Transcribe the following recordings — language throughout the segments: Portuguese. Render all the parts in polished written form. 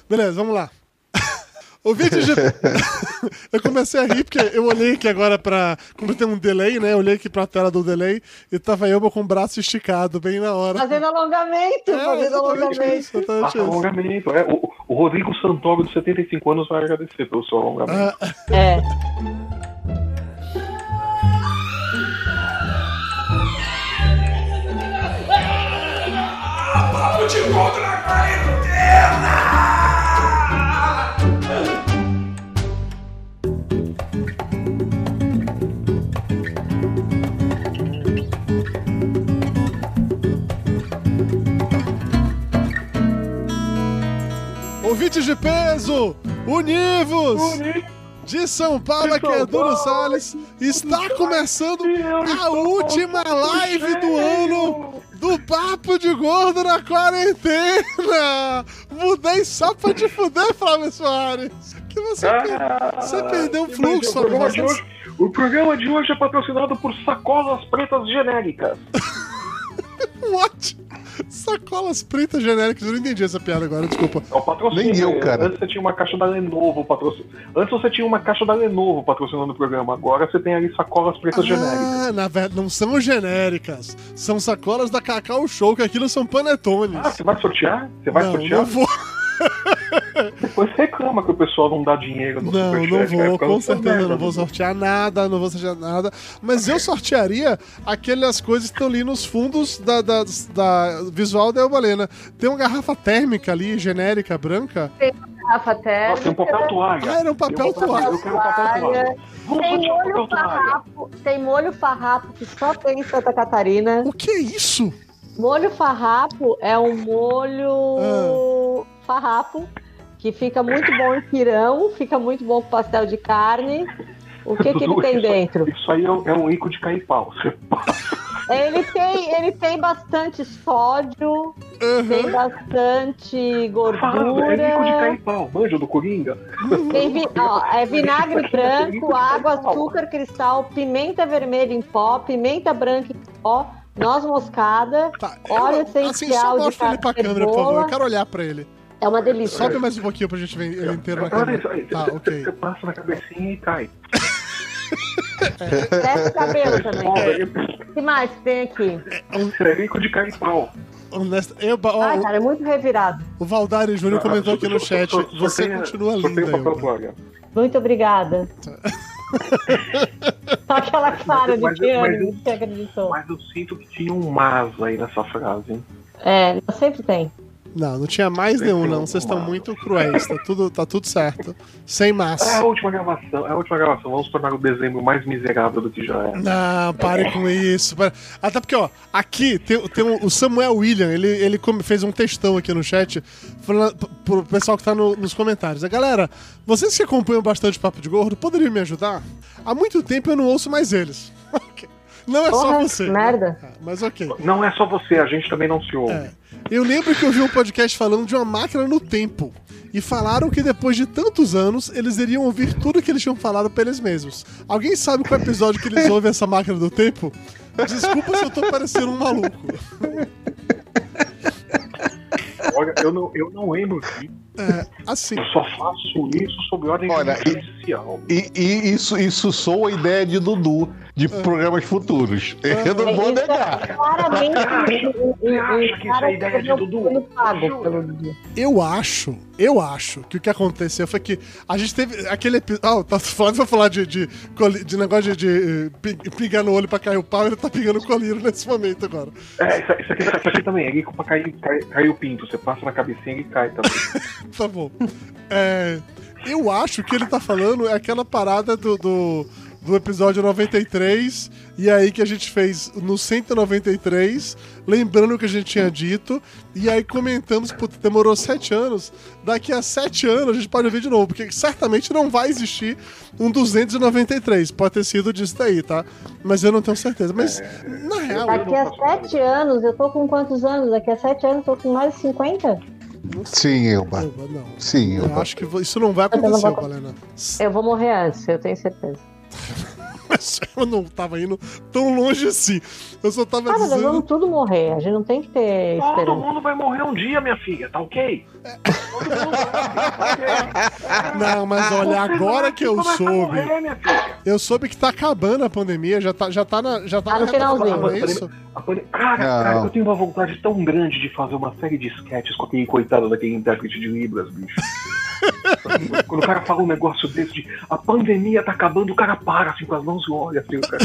Beleza, vamos lá. O vídeo de... Eu comecei a rir porque eu olhei aqui agora pra... Como tem um delay, né? Eu olhei aqui pra tela do delay e tava eu com o braço esticado bem na hora. Fazendo alongamento, Alongamento. O Rodrigo Santoro, de 75 anos, vai agradecer pelo seu alongamento. Papo de gordo na quarentena! Ouvintes de peso, univos! De São Paulo, aqui é Duro Salles. Está começando a última live do ano do Papo de Gordo na quarentena. Mudei só pra te fuder, Flávio Soares. Que você perdeu o fluxo. O programa de hoje é patrocinado por sacolas pretas genéricas. What? Sacolas pretas genéricas, eu não entendi essa piada agora, desculpa. É o patrocínio. Nem eu, cara. Antes você tinha uma caixa da Lenovo patrocinando o programa. Agora você tem ali sacolas pretas genéricas. Na verdade, não são genéricas. São sacolas da Cacau Show, que aquilo são panetones. Você vai sortear? Não vou. Depois reclama que o pessoal não dá dinheiro no Superchat. Não vou, com certeza não vou sortear nada, mas eu sortearia aquelas coisas que estão ali nos fundos da visual da Eubalena. Tem uma garrafa térmica ali, genérica, branca. Tem uma garrafa térmica. Nossa, tem um papel toalha. Era um papel toalha. Eu quero papel toalha. Tem molho farrapo que só tem em Santa Catarina. O que é isso? Molho farrapo é um molho farrapo que fica muito bom em pirão, fica muito bom com pastel de carne. O que ele tem dentro? Isso aí é um ícone de cair pau. Ele tem bastante sódio, tem bastante gordura. É ícone de cair pau, manja do Coringa. Tem vinagre branco, água, açúcar cristal, pimenta vermelha em pó, pimenta branca em pó, noz moscada, óleo essencial só mostra ele pra câmera, por favor. Eu quero olhar pra ele. É uma delícia. Sobe mais um pouquinho pra gente ver ele inteiro na câmera. Ok. Você passa na cabecinha e cai. Desce o cabelo também. O que mais tem aqui? É rico de cair pau. Cara, é muito revirado. O Valdari Júnior comentou aqui no chat. Você continua linda. Muito obrigada. Só aquela cara de piano que acreditou. Mas eu sinto que tinha um mas aí nessa frase, hein? Sempre tem. Não tinha mais nenhum, não. Vocês estão muito cruéis. Tá tudo certo. Sem massa. É a última gravação. Vamos tornar o dezembro mais miserável do que já é. Não, pare com isso. Até porque, aqui tem o Samuel William. Ele fez um textão aqui no chat falando pro pessoal que tá nos comentários. Galera, vocês que acompanham bastante Papo de Gordo, poderiam me ajudar? Há muito tempo eu não ouço mais eles. Não é só você. Merda. Mas ok. Não é só você, a gente também não se ouve. Eu lembro que eu vi um podcast falando de uma máquina no tempo. E falaram que depois de tantos anos, eles iriam ouvir tudo que eles tinham falado pra eles mesmos. Alguém sabe qual episódio que eles ouvem essa máquina do tempo? Desculpa se eu tô parecendo um maluco. Olha, eu não lembro disso. Assim. Eu só faço isso sob ordem judicial. E isso soa a ideia de Dudu, de programas futuros. Eu não vou negar. Claramente. Você acha que isso é ideia de Dudu? Eu acho que o que aconteceu foi que a gente teve aquele episódio. Tá falando, vai falar de negócio de pingar no olho pra cair o pau, ele tá pingando o colírio nesse momento agora. Isso aqui também. É rico pra cair o pinto. Você passa na cabecinha e cai também. Tá bom. Eu acho que ele tá falando é aquela parada do episódio 93, e aí que a gente fez no 193, lembrando o que a gente tinha dito, e aí comentamos, demorou 7 anos, daqui a 7 anos a gente pode ver de novo, porque certamente não vai existir um 293, pode ter sido disso daí, tá? Mas eu não tenho certeza, mas na real... Daqui a 7 anos, eu tô com quantos anos? Daqui a 7 anos eu tô com mais de 50? Sim, Elba. Não. Sim, eu acho que isso não vai acontecer, Valena. Eu vou morrer antes, eu tenho certeza. Mas eu não tava indo tão longe assim. Eu só tava Mas dizendo... vamos tudo morrer. A gente não tem que ter Todo esperança. mundo vai morrer um dia, minha filha, tá ok? Todo mundo vai morrer. Não, mas olha, agora que eu Começa a soube... morrer, minha filha. Eu soube que tá acabando a pandemia, já tá Tá no na finalzinho. não é isso? Cara, eu tenho uma vontade tão grande de fazer uma série de sketches com aquele coitado daquele intérprete de Libras, bicho. Quando o cara fala um negócio desse de a pandemia tá acabando, o cara para assim com as mãos e olha assim, o cara.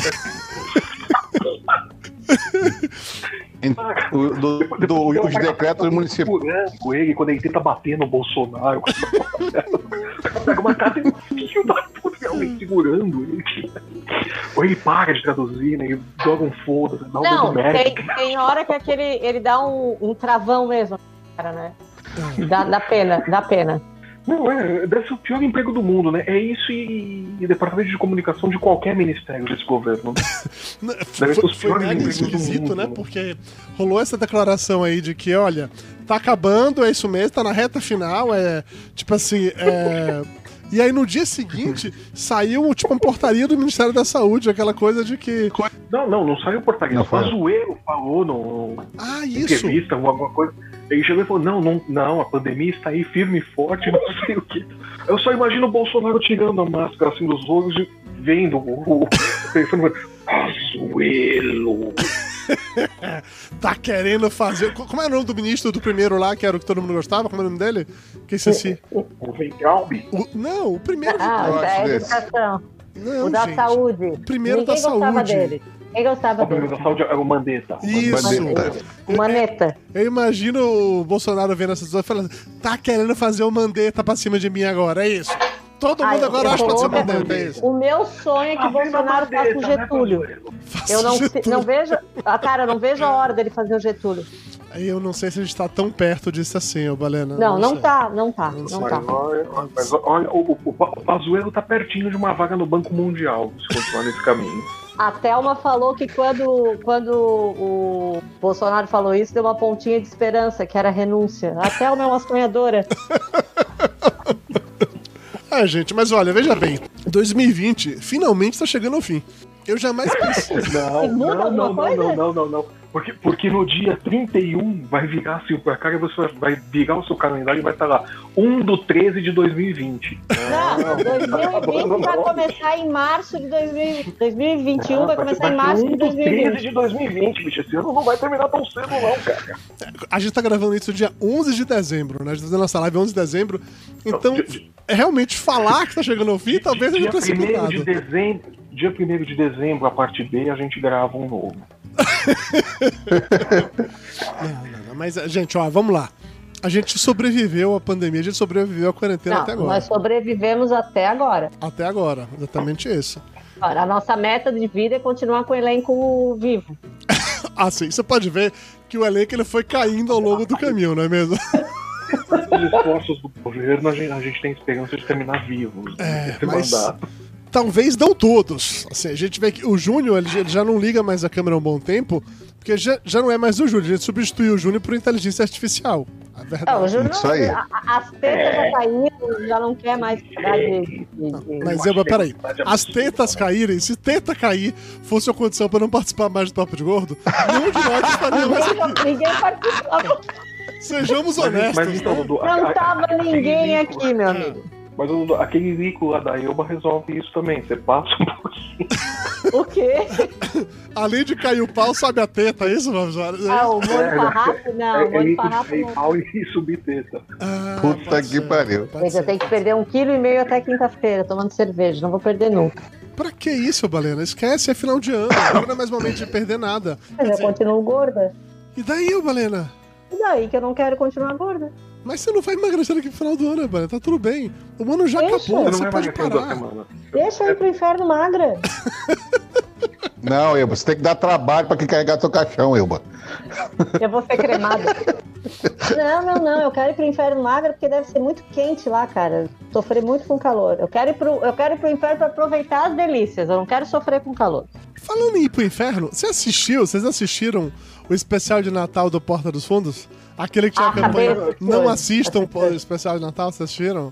Os decretos municipais. Com ele, quando ele tenta bater no Bolsonaro, pega uma cara e um filho da puta alguém segurando ele. Ou ele para de traduzir, né? Ele joga um foda, dá um Não, dedo mérito. tem hora que ele dá um travão mesmo, cara, né? Dá pena. Não, deve ser o pior emprego do mundo, né? É isso e departamento de comunicação de qualquer ministério desse governo. Deve ser os Foi piores mega empregos do esquisito, mundo, né? Porque rolou essa declaração aí de que, olha, tá acabando, é isso mesmo, tá na reta final, tipo assim, E aí no dia seguinte saiu tipo uma portaria do Ministério da Saúde, aquela coisa de que... Não saiu portaria. O Pazuello falou no isso. entrevista, alguma coisa. Ele chegou e falou, não, a pandemia está aí firme e forte, não sei o que. Eu só imagino o Bolsonaro tirando a máscara assim dos olhos e vendo o telefone. Pazuello. Tá querendo fazer... Como é o nome do ministro do primeiro lá, que era o que todo mundo gostava? Como é o nome dele? Que esqueci. O Weintraub? Não, o primeiro... É educação. Não, O da gente. saúde. O primeiro Ninguém da gostava saúde. dele. Quem gostava O primeiro dele? da saúde é o Mandetta. Isso. O Maneta. Eu imagino o Bolsonaro vendo essas coisas e falando, tá querendo fazer o Mandetta pra cima de mim agora, é isso. Todo mundo agora acha que pode ser o Mandetta, é isso. O meu sonho é que o Bolsonaro faça o Getúlio. Eu não vejo... Cara, eu não vejo a hora dele fazer o Getúlio. Aí eu não sei se a gente tá tão perto disso assim, ô Balena. Não sei. tá. Mas olha, o Pazuello tá pertinho de uma vaga no Banco Mundial, se continuar nesse caminho. A Thelma falou que quando o Bolsonaro falou isso, deu uma pontinha de esperança, que era renúncia. A Thelma é uma sonhadora. Gente, mas olha, veja bem, 2020 finalmente tá chegando ao fim. Eu jamais pensei. Não. Porque no dia 31 vai virar assim pra cá e você vai virar o seu calendário e vai estar lá 1/13 de 2020. Não, 2020 vai começar em março de 2020. 2021 vai começar em março de 2020. 1/13 de 2020, bicho. Esse ano não vai terminar tão cedo, não, cara. A gente tá gravando isso dia 11 de dezembro, né? A gente tá fazendo nossa live 11 de dezembro. Então, realmente falar que tá chegando ao fim, talvez seja precipitado. Dia 1º de dezembro, a parte B, a gente grava um novo. Não, mas, gente, ó, vamos lá. A gente sobreviveu à pandemia, a gente sobreviveu à quarentena até agora. Nós sobrevivemos até agora. Até agora, exatamente isso. Ora, a nossa meta de vida é continuar com o elenco vivo. Assim, você pode ver que o elenco ele foi caindo ao longo do caminho, não é mesmo? Os esforços do governo, a gente tem esperança de terminar vivos. Esse mas... mandato. Talvez não todos. Assim, a gente vê que o Júnior ele já não liga mais a câmera há um bom tempo, porque já não é mais o Júnior. A gente substituiu o Júnior por inteligência artificial. A verdade. O Júnior, Isso aí. as tetas já caíram, já não quer mais cuidar de... Mas, peraí. As tetas caírem, se teta cair fosse a condição para não participar mais do Papo de Gordo, nenhum de nós estaria mais aqui. Ninguém participava. Sejamos honestos. Mas então, né? Dudu, Não tava ninguém aqui, meu amigo. Mas Dudu, aquele rico lá da Elba resolve isso também. Você passa um pouquinho. O quê? Além de cair o pau, sobe a teta, é isso, Vamos? O molho farrapo? Não, o molho rico de farrapo sair não. pau e subir teta. Puta que pariu. Gente, eu tenho que perder 1,5 kg até quinta-feira, tomando cerveja. Não vou perder nunca. Pra que isso, Balena? Esquece, é final de ano. Agora não é mais momento de perder nada. Mas eu continuo gorda. E daí, ô Balena? E daí que eu não quero continuar gorda? Mas você não vai emagrecer aqui no final do ano, Balena. Tá tudo bem. O ano já Deixa. acabou, você Não pode vai mais parar. semana. Deixa eu ir pro inferno magra. Não, Elba, você tem que dar trabalho pra quem carregar teu caixão, Elba. Eu vou ser cremada. Não. Eu quero ir pro inferno magra porque deve ser muito quente lá, cara. Sofrer muito com calor. Eu quero ir pro inferno pra aproveitar as delícias. Eu não quero sofrer com calor. Falando em ir pro inferno, vocês assistiram o especial de Natal do Porta dos Fundos? Aquele que tinha a campanha acabei. Não assistam o especial de Natal, vocês assistiram?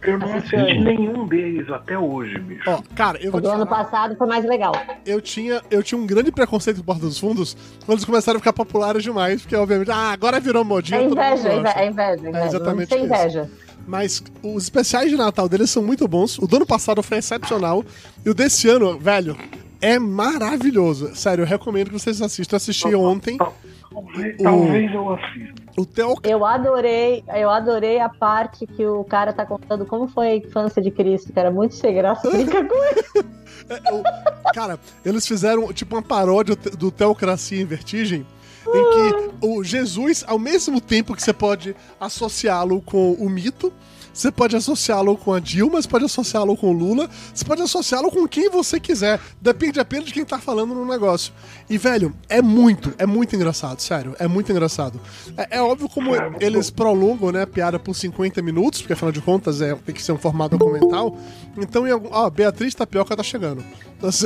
Eu não assisti nenhum deles até hoje, bicho. Ó, cara, eu vou O te do ano falar, passado foi mais legal. eu tinha um grande preconceito com Porta dos Fundos quando eles começaram a ficar populares demais, porque obviamente, agora virou modinha, É todo mundo inveja, gosta. é inveja. exatamente Sem isso. inveja. Mas os especiais de Natal deles são muito bons. O do ano passado foi excepcional. E o desse ano, velho, é maravilhoso. Sério, eu recomendo que vocês assistam. Eu assisti ontem. Talvez eu assista. O Theo... Eu adorei a parte que o cara tá contando como foi a infância de Cristo, que era muito sem graça. Brinca com ele. Cara, eles fizeram tipo uma paródia do Teocracia em Vertigem, em que o Jesus, ao mesmo tempo que você pode associá-lo com o mito, você pode associá-lo com a Dilma, você pode associá-lo com o Lula, você pode associá-lo com quem você quiser. Depende apenas de quem tá falando no negócio. E, velho, é muito engraçado, sério. É muito engraçado. É óbvio como eles prolongam, né, a piada por 50 minutos, porque afinal de contas tem que ser um formato documental. Então, Beatriz Tapioca tá chegando. Você...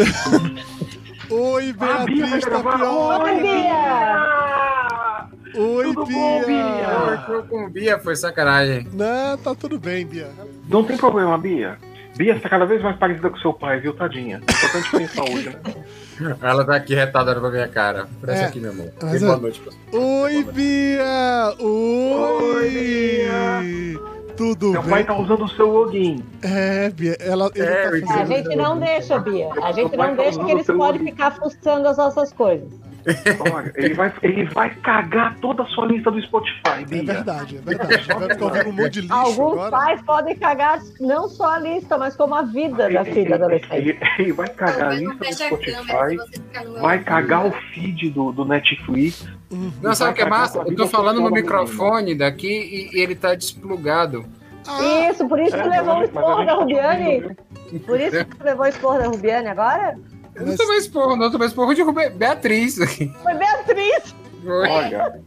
Oi, Beatriz Tapioca! Oi, Bia! Oi, Tudo Bia! bom, Bia? Eu com Bia, foi sacanagem. Não, tá tudo bem, Bia. Não tem problema, Bia. Bia, você tá cada vez mais parecida com seu pai, viu, tadinha? É importante ter saúde, né? Ela tá aqui retada pra minha cara. Parece aqui, meu amor. mas Boa noite, pessoal. Oi, Bia! Oi, Bia! Tudo Seu bem? pai tá usando o seu login. É, Bia, ele tá A fazendo... gente não deixa, Bia. A gente não deixa que eles podem ficar fuçando as nossas coisas. Olha, ele vai cagar toda a sua lista do Spotify, Bia. É verdade. Vai ficar ouvindo um monte de lixo Alguns agora. pais podem cagar não só a lista, mas como a vida da filha adolescente. Ele vai cagar a lista do Spotify, vai cagar o feed do Netflix. Não, sabe o que é massa? Eu tô falando no microfone daqui e ele tá desplugado. Isso, por isso que levou o esporro da Rubiane. Por isso que levou o esporro da Rubiane agora? Eu não tomei esporro, não. Eu tomei esporro de Beatriz. Foi Beatriz. Olha,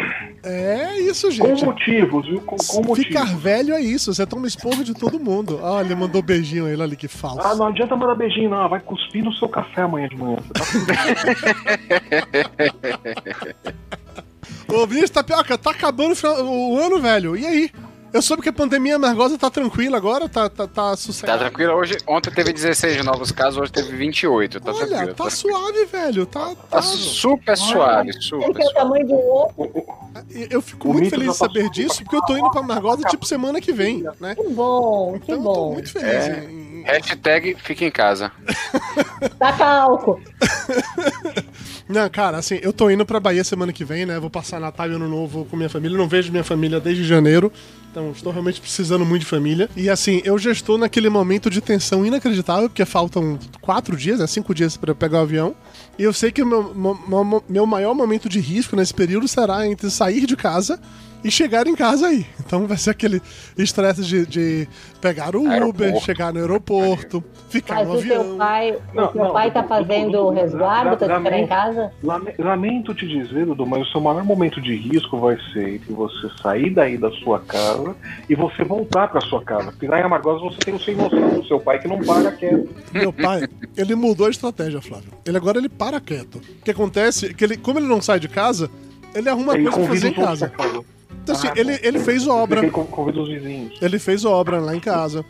É isso, com gente. motivos, viu? Com motivos. Ficar velho é isso. Você toma esporro de todo mundo. Olha, ele mandou beijinho aí, olha ali que falso. Ah, não adianta mandar beijinho, não. Vai cuspir no seu café amanhã de manhã. Você tá tudo bem. Ô, Vinícius Tapioca, tá acabando o ano, velho. E aí? Eu soube que a pandemia amargosa tá tranquila agora, tá sossegado. Tá tranquilo. Ontem teve 16 novos casos, hoje teve 28. Tá Olha, tranquilo. tá suave, velho. Tá super suave, super Esse é o suave. tamanho do ovo. Eu fico O muito mito feliz de já saber passou. disso, porque eu tô indo pra Amargosa tipo semana que vem, né? Que bom, que Então eu tô bom. muito feliz. Hashtag fica em casa. Taca álcool. Não, cara, assim, eu tô indo pra Bahia semana que vem, né? Vou passar Natal e Ano Novo com minha família. Não vejo minha família desde janeiro. Então, estou realmente precisando muito de família. E, assim, eu já estou naquele momento de tensão inacreditável, porque faltam 4 dias, né? 5 dias pra eu pegar o avião. E eu sei que o meu maior momento de risco nesse período será entre sair de casa e chegar em casa aí. Então vai ser aquele estresse de pegar o Uber, Aeroporto. chegar no aeroporto, ficar Mas no o avião. teu pai tá fazendo o resguardo, tá te esperando em casa? Lamento te dizer, Dudu, mas o seu maior momento de risco vai ser entre você sair daí da sua casa e você voltar pra sua casa. Porque lá em Amargosa você tem o sem noção do seu pai que não para quieto. Meu pai, ele mudou a estratégia, Flávio. Agora ele para quieto. O que acontece é que como ele não sai de casa, ele arruma Ele coisa pra fazer em convida todos casa. pra casa. Então, assim, ele fez obra. Ele convida os vizinhos. Ele fez obra lá em casa.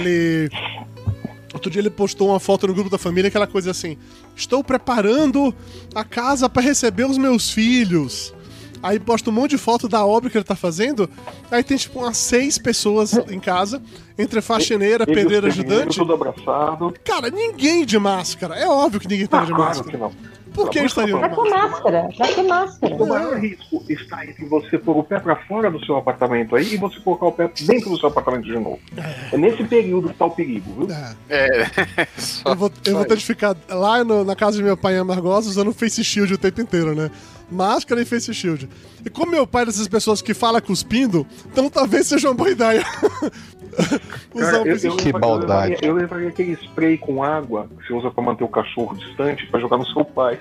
Outro dia ele postou uma foto no grupo da família, aquela coisa assim: estou preparando a casa para receber os meus filhos. Aí posta um monte de foto da obra que ele tá fazendo. Aí tem tipo umas 6 pessoas em casa, entre faxineira, Ele e os pedreiro, vizinhos, ajudante. Tudo abraçado. Cara, ninguém de máscara. É óbvio que ninguém tava de Claro máscara. que não. Por que estariam de Tá com máscara? máscara, tá com máscara. O maior risco está entre você pôr o pé pra fora do seu apartamento aí e você colocar o pé dentro do seu apartamento de novo. É nesse período que tá o perigo, viu? Eu vou ter de ficar lá na casa de meu pai em Amargosa usando face shield o tempo inteiro, né? Máscara e face shield. E como meu pai é dessas pessoas que fala cuspindo, então talvez seja uma boa ideia. Usar Cara, um face shield. Que maldade. Eu levaria aquele spray com água que você usa pra manter o cachorro distante pra jogar no seu pai.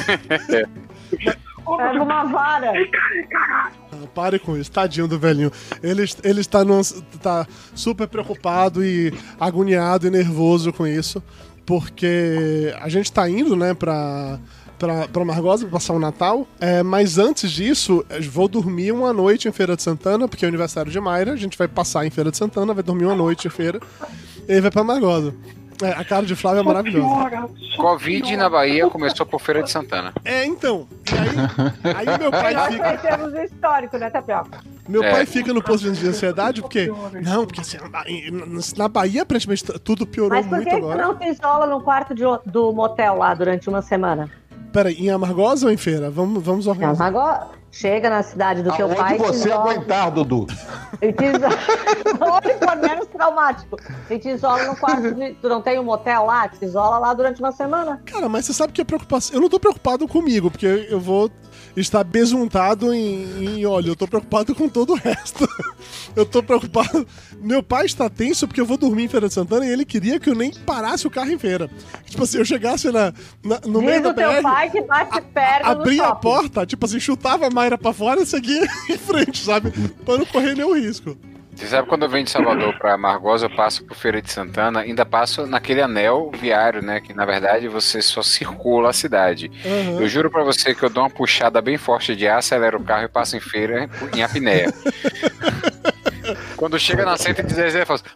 Pega uma vara. Pare com isso, tadinho do velhinho. Ele tá super preocupado e agoniado e nervoso com isso, porque a gente tá indo, né, pra pra Amargosa pra passar o Natal. Mas antes disso, vou dormir uma noite em Feira de Santana, porque é o aniversário de Mayra. A gente vai passar em Feira de Santana, vai dormir uma noite em feira. E aí vai pra Amargosa. A cara de Flávio é maravilhosa. Covid na Bahia começou por Feira de Santana. Então. E aí meu pai Nós fica... conhecemos o histórico, né, Tapioca? Meu pai fica no posto de ansiedade porque... Não, porque assim, na Bahia, aparentemente, tudo piorou Mas por muito que agora. você não se isola no quarto do motel lá durante uma semana? Peraí, em Amargosa ou em Feira? Vamos organizar. Agora, chega na cidade do teu pai... Onde você aguentar, Dudu. E te isola... Onde for menos traumático. E te isola no quarto de... Tu não tem um motel lá? Te isola lá durante uma semana. Cara, mas você sabe que a preocupação... Eu não tô preocupado comigo, porque eu vou estar besuntado em óleo. Eu tô preocupado com todo o resto. Eu tô preocupado... Meu pai está tenso porque eu vou dormir em Feira de Santana e ele queria que eu nem parasse o carro em feira. Tipo assim, eu chegasse no meio da BR... Diz o teu pai que bate perto abria a porta, tipo assim, chutava a Mayra pra fora e seguia em frente, sabe? Pra não correr nenhum risco. Você sabe, quando eu venho de Salvador pra Amargosa, eu passo por Feira de Santana, ainda passo naquele anel viário, né? Que na verdade você só circula a cidade. Uhum. Eu juro pra você que eu dou uma puxada bem forte de ar, acelero o carro e passo em feira em apneia. Quando chega na 116, eu faço...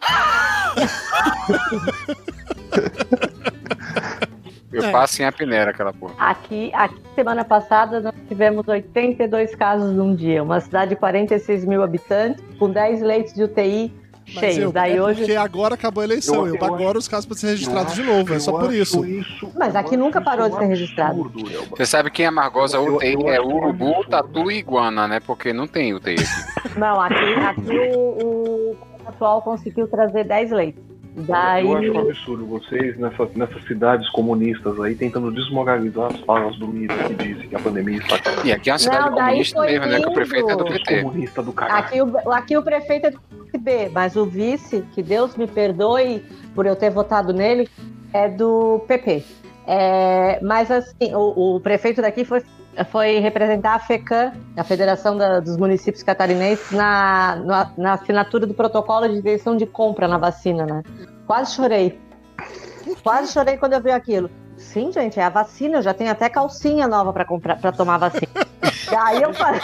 Eu passo em apneia aquela porra. Aqui, semana passada, nós tivemos 82 casos num dia. Uma cidade de 46 mil habitantes, com 10 leitos de UTI cheios. Daí hoje... porque agora acabou a eleição. Agora os casos podem ser registrados de novo. É só por isso. Mas aqui nunca parou de ser registrado. Você sabe que em Amargosa UTI é urubu, tatu e iguana, né? Porque não tem UTI aqui. Não, aqui o atual conseguiu trazer 10 leitos. Daí... Eu acho um absurdo vocês, nessas cidades comunistas aí, tentando desmoralizar as falas do Mito que dizem que a pandemia está acabando. E aqui é uma cidade comunista mesmo, né? Que o prefeito é do PT. Comunista do caralho. Aqui o prefeito é do PSB, mas o vice, que Deus me perdoe por eu ter votado nele, é do PP. Mas assim, o prefeito daqui foi representar a FECAM, a Federação dos Municípios Catarinenses, na assinatura do protocolo de intenção de compra na vacina, né? Quase chorei quando eu vi aquilo. Sim, gente, é a vacina, eu já tenho até calcinha nova para comprar, para tomar a vacina. Daí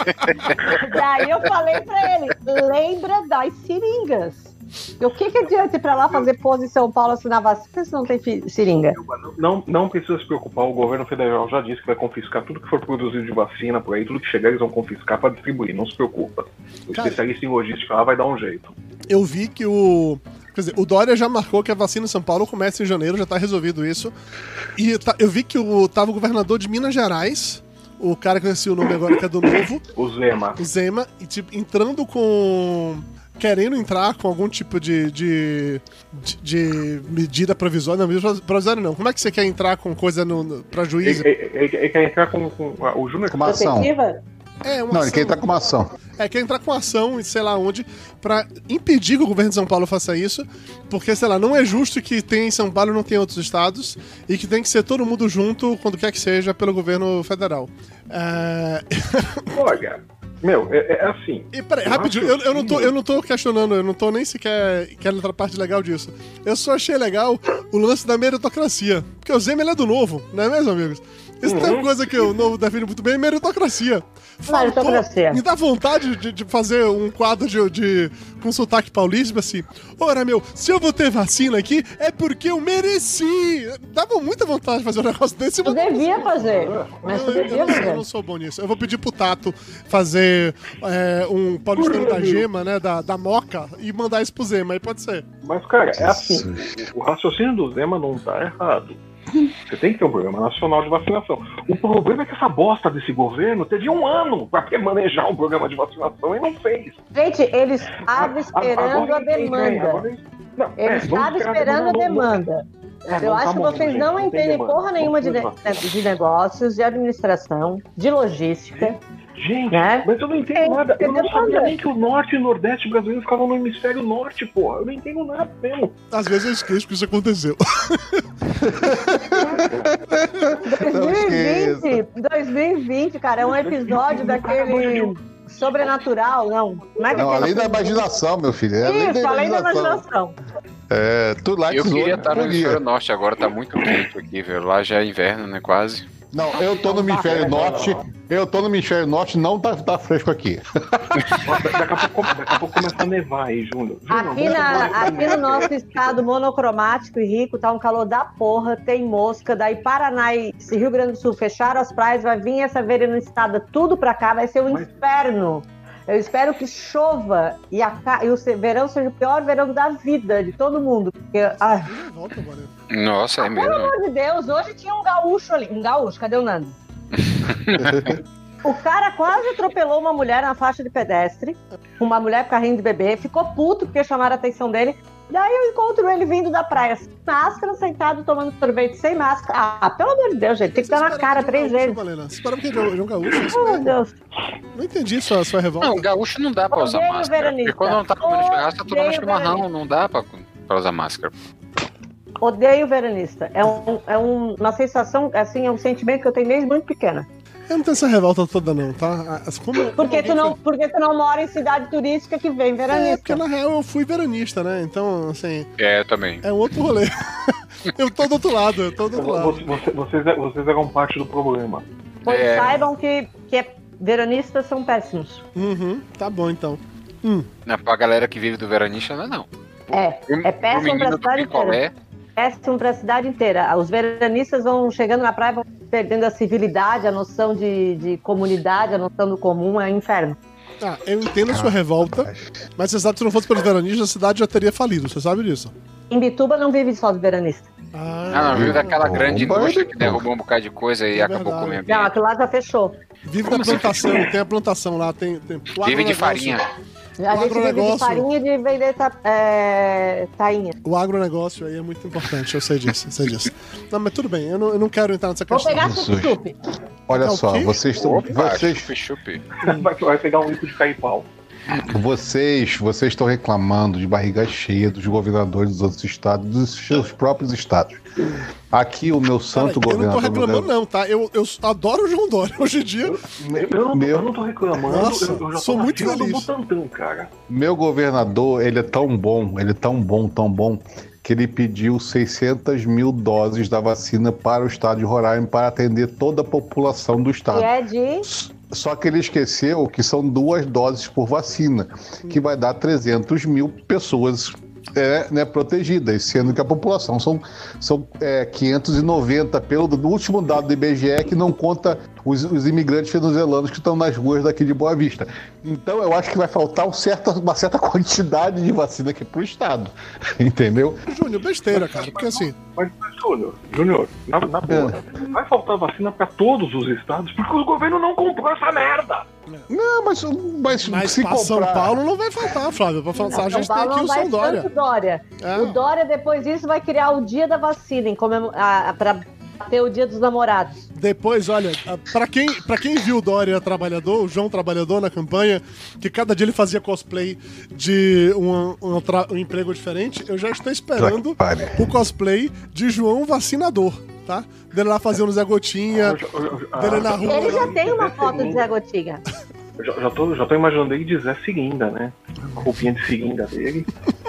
eu falei para ele, lembra das seringas. O que adianta ir pra lá fazer pose em São Paulo assinar vacina se não tem seringa? Não precisa se preocupar, o governo federal já disse que vai confiscar tudo que for produzido de vacina por aí, tudo que chegar eles vão confiscar pra distribuir, não se preocupa. O especialista em logística lá vai dar um jeito. Eu vi que o Dória já marcou que a vacina em São Paulo começa em janeiro, já tá resolvido isso. E eu vi que tava o governador de Minas Gerais, o cara que eu esqueci o nome agora, que é do Novo. O Zema. E tipo, querendo entrar com algum tipo de medida provisória. Não, provisória não. Como é que você quer entrar com coisa pra juiz? Ele quer entrar com o Júnior. Com uma ação. Ele quer entrar com uma ação. Quer entrar com ação e sei lá onde, pra impedir que o governo de São Paulo faça isso, porque, sei lá, não é justo que tem em São Paulo e não tem em outros estados, e que tem que ser todo mundo junto, quando quer que seja, pelo governo federal. Olha... Meu, é assim. E peraí, rapidinho, eu não tô questionando, eu não tô nem sequer querendo a parte legal disso. Eu só achei legal o lance da meritocracia. Porque o Zema, ele é do Novo, não é mesmo, amigos? Isso tem uma coisa que o Novo define muito bem, meritocracia. Meritocracia. Me dá vontade de fazer um quadro com sotaque paulista, assim. Ora, meu, se eu vou ter vacina aqui, é porque eu mereci. Dava muita vontade de fazer um negócio desse. Eu devia fazer. Mas eu não sou bom nisso. Eu vou pedir pro Tato fazer um paulistano da Gema, né, da Moca, e mandar isso pro Zema, aí pode ser. Mas, cara, é assim. O raciocínio do Zema não tá errado. Você tem que ter um programa nacional de vacinação. O problema é que essa bosta desse governo teve um ano pra manejar um programa de vacinação e não fez. Gente, ele estava esperando a demanda. Ele estava esperando a demanda. Eu acho que vocês não entendem porra nenhuma de negócios, de administração, de logística. Gente, mas eu não entendo nada. Eu não sabia nem que o norte e o nordeste brasileiro ficavam no hemisfério norte, porra. Eu não entendo nada mesmo. Às vezes eu esqueço que isso aconteceu. 2020, cara, é um episódio daquele sobrenatural, não. Não, além da imaginação, meu filho. Isso, além da imaginação. Tudo lá que eu queria estar no hemisfério norte, agora tá muito quente aqui, velho. Lá já é inverno, né, quase. Não, eu tô no hemisfério norte. Eu tô no hemisfério norte, não tá fresco aqui. Daqui a pouco começa a nevar aí, Júnior. Aqui no nosso estado monocromático e rico, tá um calor da porra, tem mosca, daí Paraná e Rio Grande do Sul fecharam as praias, vai vir essa verenistada tudo pra cá, vai ser um inferno. Eu espero que chova e o verão seja o pior verão da vida de todo mundo. Porque, Nossa, é mesmo. Pelo amor de Deus, hoje tinha um gaúcho ali. Um gaúcho, cadê o Nando? O cara quase atropelou uma mulher na faixa de pedestre, uma mulher com carrinho de bebê, ficou puto porque chamaram a atenção dele. Daí eu encontro ele vindo da praia sem máscara, sentado, tomando sorvete sem máscara. Ah, pelo amor de Deus, gente, tem que dar na cara 3 vezes. Você espera porque é um gaúcho? Oh, meu Deus. Não entendi sua revolta. Não, gaúcho não dá pra usar máscara. Porque quando não tá comendo churrasco, tá tomando chimarrão, não dá pra usar máscara. Odeio veranista. É uma sensação, assim, é um sentimento que eu tenho desde muito pequena. Eu não tenho essa revolta toda não, tá? Porque tu não mora em cidade turística que vem veranista. Porque na real eu fui veranista, né? Então, assim... Eu também. É um outro rolê. Eu tô do outro lado, Vocês eram parte do problema. Pois saibam que veranistas são péssimos. Tá bom, então. Não, pra galera que vive do veranista, não. É péssimo pra cidade inteira. Péssimo pra cidade inteira. Os veranistas vão chegando na praia, vão perdendo a civilidade, a noção de comunidade, a noção do comum, é um inferno. Eu entendo a sua revolta, mas você sabe que se não fosse pelos veranistas, a cidade já teria falido, você sabe disso? Imbituba não vive só do veranista. Não, vive daquela grande indústria que derrubou um bocado de coisa e acabou com o meio ambiente. Não, aquilo lá já fechou. Vive da plantação, tem a plantação lá, tem vive de farinha. A gente vive de farinha e de vender tainha. O agronegócio aí é muito importante, eu sei disso. Não, mas tudo bem, eu não quero entrar nessa questão. Vou pegar chup-chup. Olha só, vocês estão... Vai pegar um litro de caipau. Vocês estão reclamando de barriga cheia dos governadores dos outros estados, dos seus próprios estados. Aqui o meu santo governador... Eu não tô reclamando não, tá? Eu adoro o João Dória. Hoje em dia... Eu não tô reclamando. Nossa, eu já sou tô muito feliz. Butantan, cara. Meu governador, ele é tão bom, que ele pediu 600 mil doses da vacina para o estado de Roraima para atender toda a população do estado. E é de... Só que ele esqueceu que são 2 doses por vacina, que vai dar 300 mil pessoas protegidas, sendo que a população são 590, pelo último dado do IBGE, que não conta os imigrantes venezuelanos que estão nas ruas daqui de Boa Vista. Então eu acho que vai faltar uma certa quantidade de vacina aqui pro estado, entendeu? Júnior, besteira, cara, porque assim... Mas Júnior, na boa, vai faltar vacina pra todos os estados, porque o governo não comprou essa merda. Não, mas se pra comprar... São Paulo não vai faltar, Flávio. Pra faltar, a gente tem aqui o São Dória. O Dória, depois disso, vai criar o dia da vacina, pra ter o dia dos namorados. Depois, olha, pra quem viu o Dória trabalhador, o João trabalhador na campanha, que cada dia ele fazia cosplay de um emprego diferente, eu já estou esperando o cosplay de João vacinador, tá? Dele lá fazendo Zé Gotinha, dele na rua. Ele já tem uma foto de Zé Gotinha. Já tô imaginando ele de Zé Seringa, né? A roupinha de seringa dele.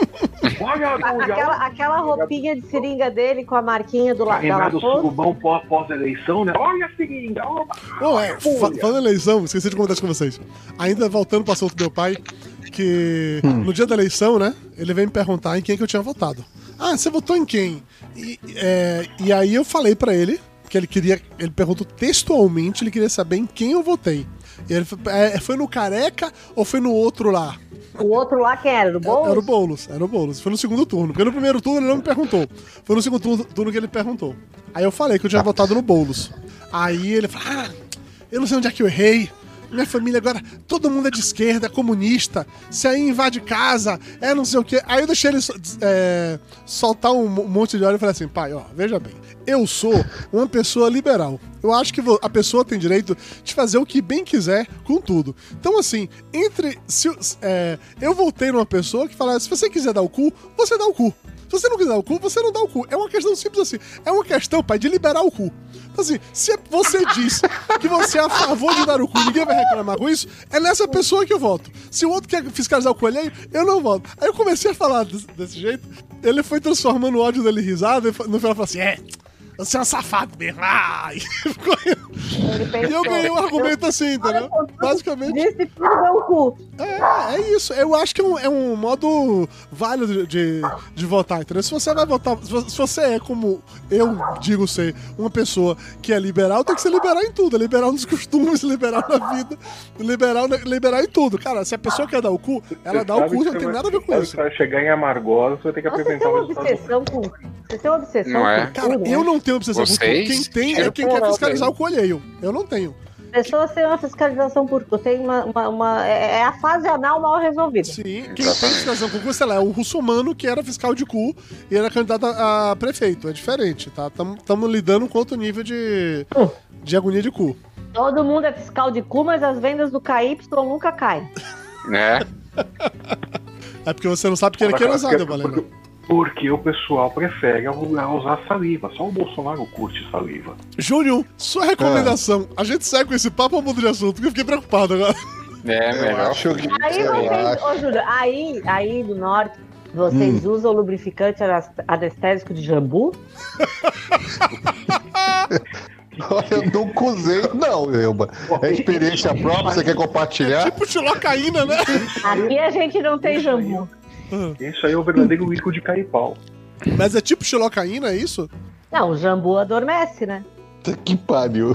Aquela roupinha de seringa dele com a marquinha do lado. Lembrar do surubão pós-eleição, né? Olha a seringa! Falando em eleição, esqueci de comentar isso com vocês. Ainda voltando para o assunto do meu pai, que no dia da eleição, né? Ele veio me perguntar em quem que eu tinha votado. Você votou em quem? E aí eu falei pra ele que ele perguntou textualmente, ele queria saber em quem eu votei. E ele foi no Careca ou foi no outro lá? O outro lá quem era? Do Boulos? Era o Boulos. Foi no segundo turno. Porque no primeiro turno ele não me perguntou. Foi no segundo turno que ele perguntou. Aí eu falei que eu tinha votado no Boulos. Aí ele falou, eu não sei onde é que eu errei. Minha família agora, todo mundo é de esquerda, é comunista. Se aí invade casa, não sei o quê. Aí eu deixei ele soltar um monte de óleo e falei assim, pai, veja bem. Eu sou uma pessoa liberal. Eu acho que a pessoa tem direito de fazer o que bem quiser com tudo. Então, assim, eu voltei numa pessoa que fala, se você quiser dar o cu, você dá o cu. Se você não quiser o cu, você não dá o cu. É uma questão simples assim. É uma questão, pai, de liberar o cu. Então, assim, se você diz que você é a favor de dar o cu e ninguém vai reclamar com isso, é nessa pessoa que eu voto. Se o outro quer fiscalizar o cu alheio, eu não voto. Aí eu comecei a falar desse jeito, ele foi transformando o ódio dele em risada, e no final falou assim, Você é um safado mesmo. Ai. E eu ganhei um argumento assim, entendeu? Basicamente. Disse tudo meu cu. É isso. Eu acho que é um modo válido de votar, entendeu? Se você vai votar, se você é como eu digo ser, uma pessoa que é liberal, tem que ser liberal em tudo. É liberal nos costumes, liberal na vida, liberal em tudo. Cara, se a pessoa quer dar o cu, ela dá o cu, não tem nada a ver com isso. Se você chegar em Amargosa, você vai ter que apresentar o resultado. Você tem uma obsessão Não é? com Cara, tudo, eu né? não tenho obsessão por tudo. Quem tem é quem quer fiscalizar o cu alheio. Eu não tenho. Pessoas têm uma fiscalização por tudo. Tem é a fase anal mal resolvida. Sim, quem tem fiscalização com cu, sei lá, é o russomano que era fiscal de cu e era candidato a prefeito. É diferente, tá? Estamos lidando com outro nível de agonia de cu. Todo mundo é fiscal de cu, mas as vendas do KY nunca caem. Né? É porque você não sabe que ele é queirosado, Valendo. Porque o pessoal prefere usar saliva. Só o Bolsonaro curte saliva. Júnior, sua recomendação. A gente segue com esse papo ou muda de assunto? Porque eu fiquei preocupado agora. É, melhor. Acho que... Aí vocês, ô Júlio, aí do norte, vocês usam lubrificante anestésico de jambu? Eu nunca usei, não, Elba. É experiência própria, você quer compartilhar? Tipo xilocaína, né? Aqui a gente não tem jambu. Isso aí é o verdadeiro líquido de caipau. Mas é tipo xilocaína, é isso? Não, o jambu adormece, né? Que pariu.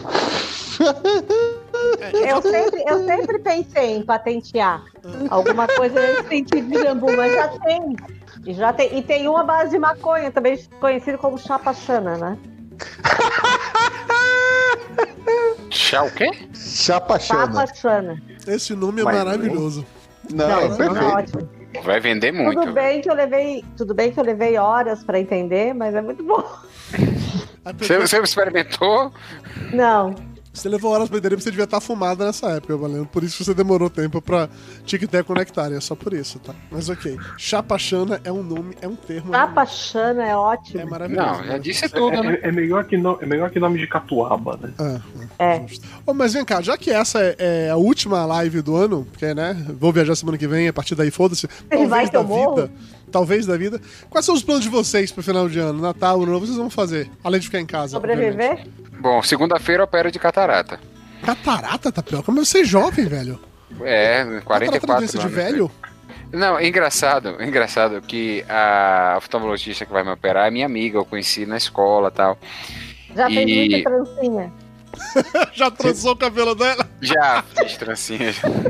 Eu sempre pensei em patentear alguma coisa nesse sentido de jambu, mas já tem. E tem uma base de maconha, também conhecido como chapachana, né? Chá o quê? Chapachana. Chapachana. Esse nome é Mas maravilhoso. Não, é esse nome é perfeito. ótimo. Vai vender muito. Tudo bem que eu levei horas pra entender, mas é muito bom. Você experimentou? Não. Você levou horas pra entender, você devia estar fumada nessa época, Valendo. Por isso que você demorou tempo pra Tic-Tac conectarem. É só por isso, tá? Mas ok. Chapachana é um nome, é um termo. Chapachana é ótimo. É maravilhoso. Não, já disse tudo, né? É melhor que nome de catuaba, né? É. Oh, mas vem cá, já que essa é a última live do ano, porque, né? Vou viajar semana que vem, a partir daí, foda-se. Vai que eu morro? Talvez da vida. Quais são os planos de vocês pro final de ano? Natal, Ano Novo, vocês vão fazer? Além de ficar em casa. Sobreviver? obviamente. Bom, segunda-feira opera de catarata. Catarata, Tapioca? Mas você é jovem, velho. É, Catarata 44 não doença anos. de velho? Não, é engraçado que a oftalmologista que vai me operar é minha amiga, eu conheci na escola e tal. Já fez muita trancinha? Já trançou o cabelo dela? Já fiz trancinha.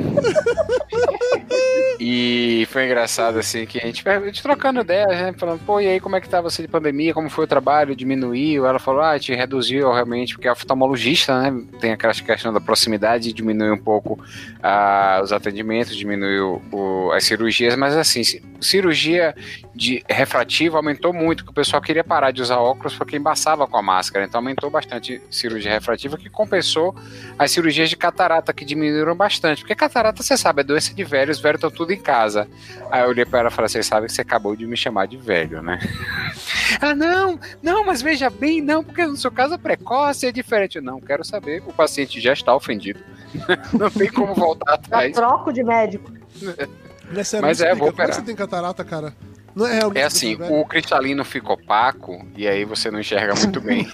E foi engraçado, assim, que a gente trocando ideias, né? Falando, pô, e aí, como é que tá você de pandemia? Como foi o trabalho? Diminuiu? Ela falou, a gente reduziu realmente, porque é oftalmologista, né? Tem aquela questão da proximidade, diminuiu um pouco os atendimentos, diminuiu as cirurgias, mas assim, cirurgia de refrativa aumentou muito, que o pessoal queria parar de usar óculos porque embaçava com a máscara, então aumentou bastante cirurgia refrativa, que compensou as cirurgias de catarata, que diminuíram bastante, porque catarata, você sabe, é doença de velhos, os velhos estão tudo em casa. Aí eu olhei pra ela e falei, vocês sabem que você acabou de me chamar de velho, né? Ela, não, mas veja bem, não, porque no seu caso é precoce, é diferente. Eu não quero saber, o paciente já está ofendido. Não tem como voltar atrás. Já troco de médico. Mas vou Como é que operar. Você tem catarata, cara? Não é realmente. É assim, o cristalino fica opaco e aí você não enxerga muito bem.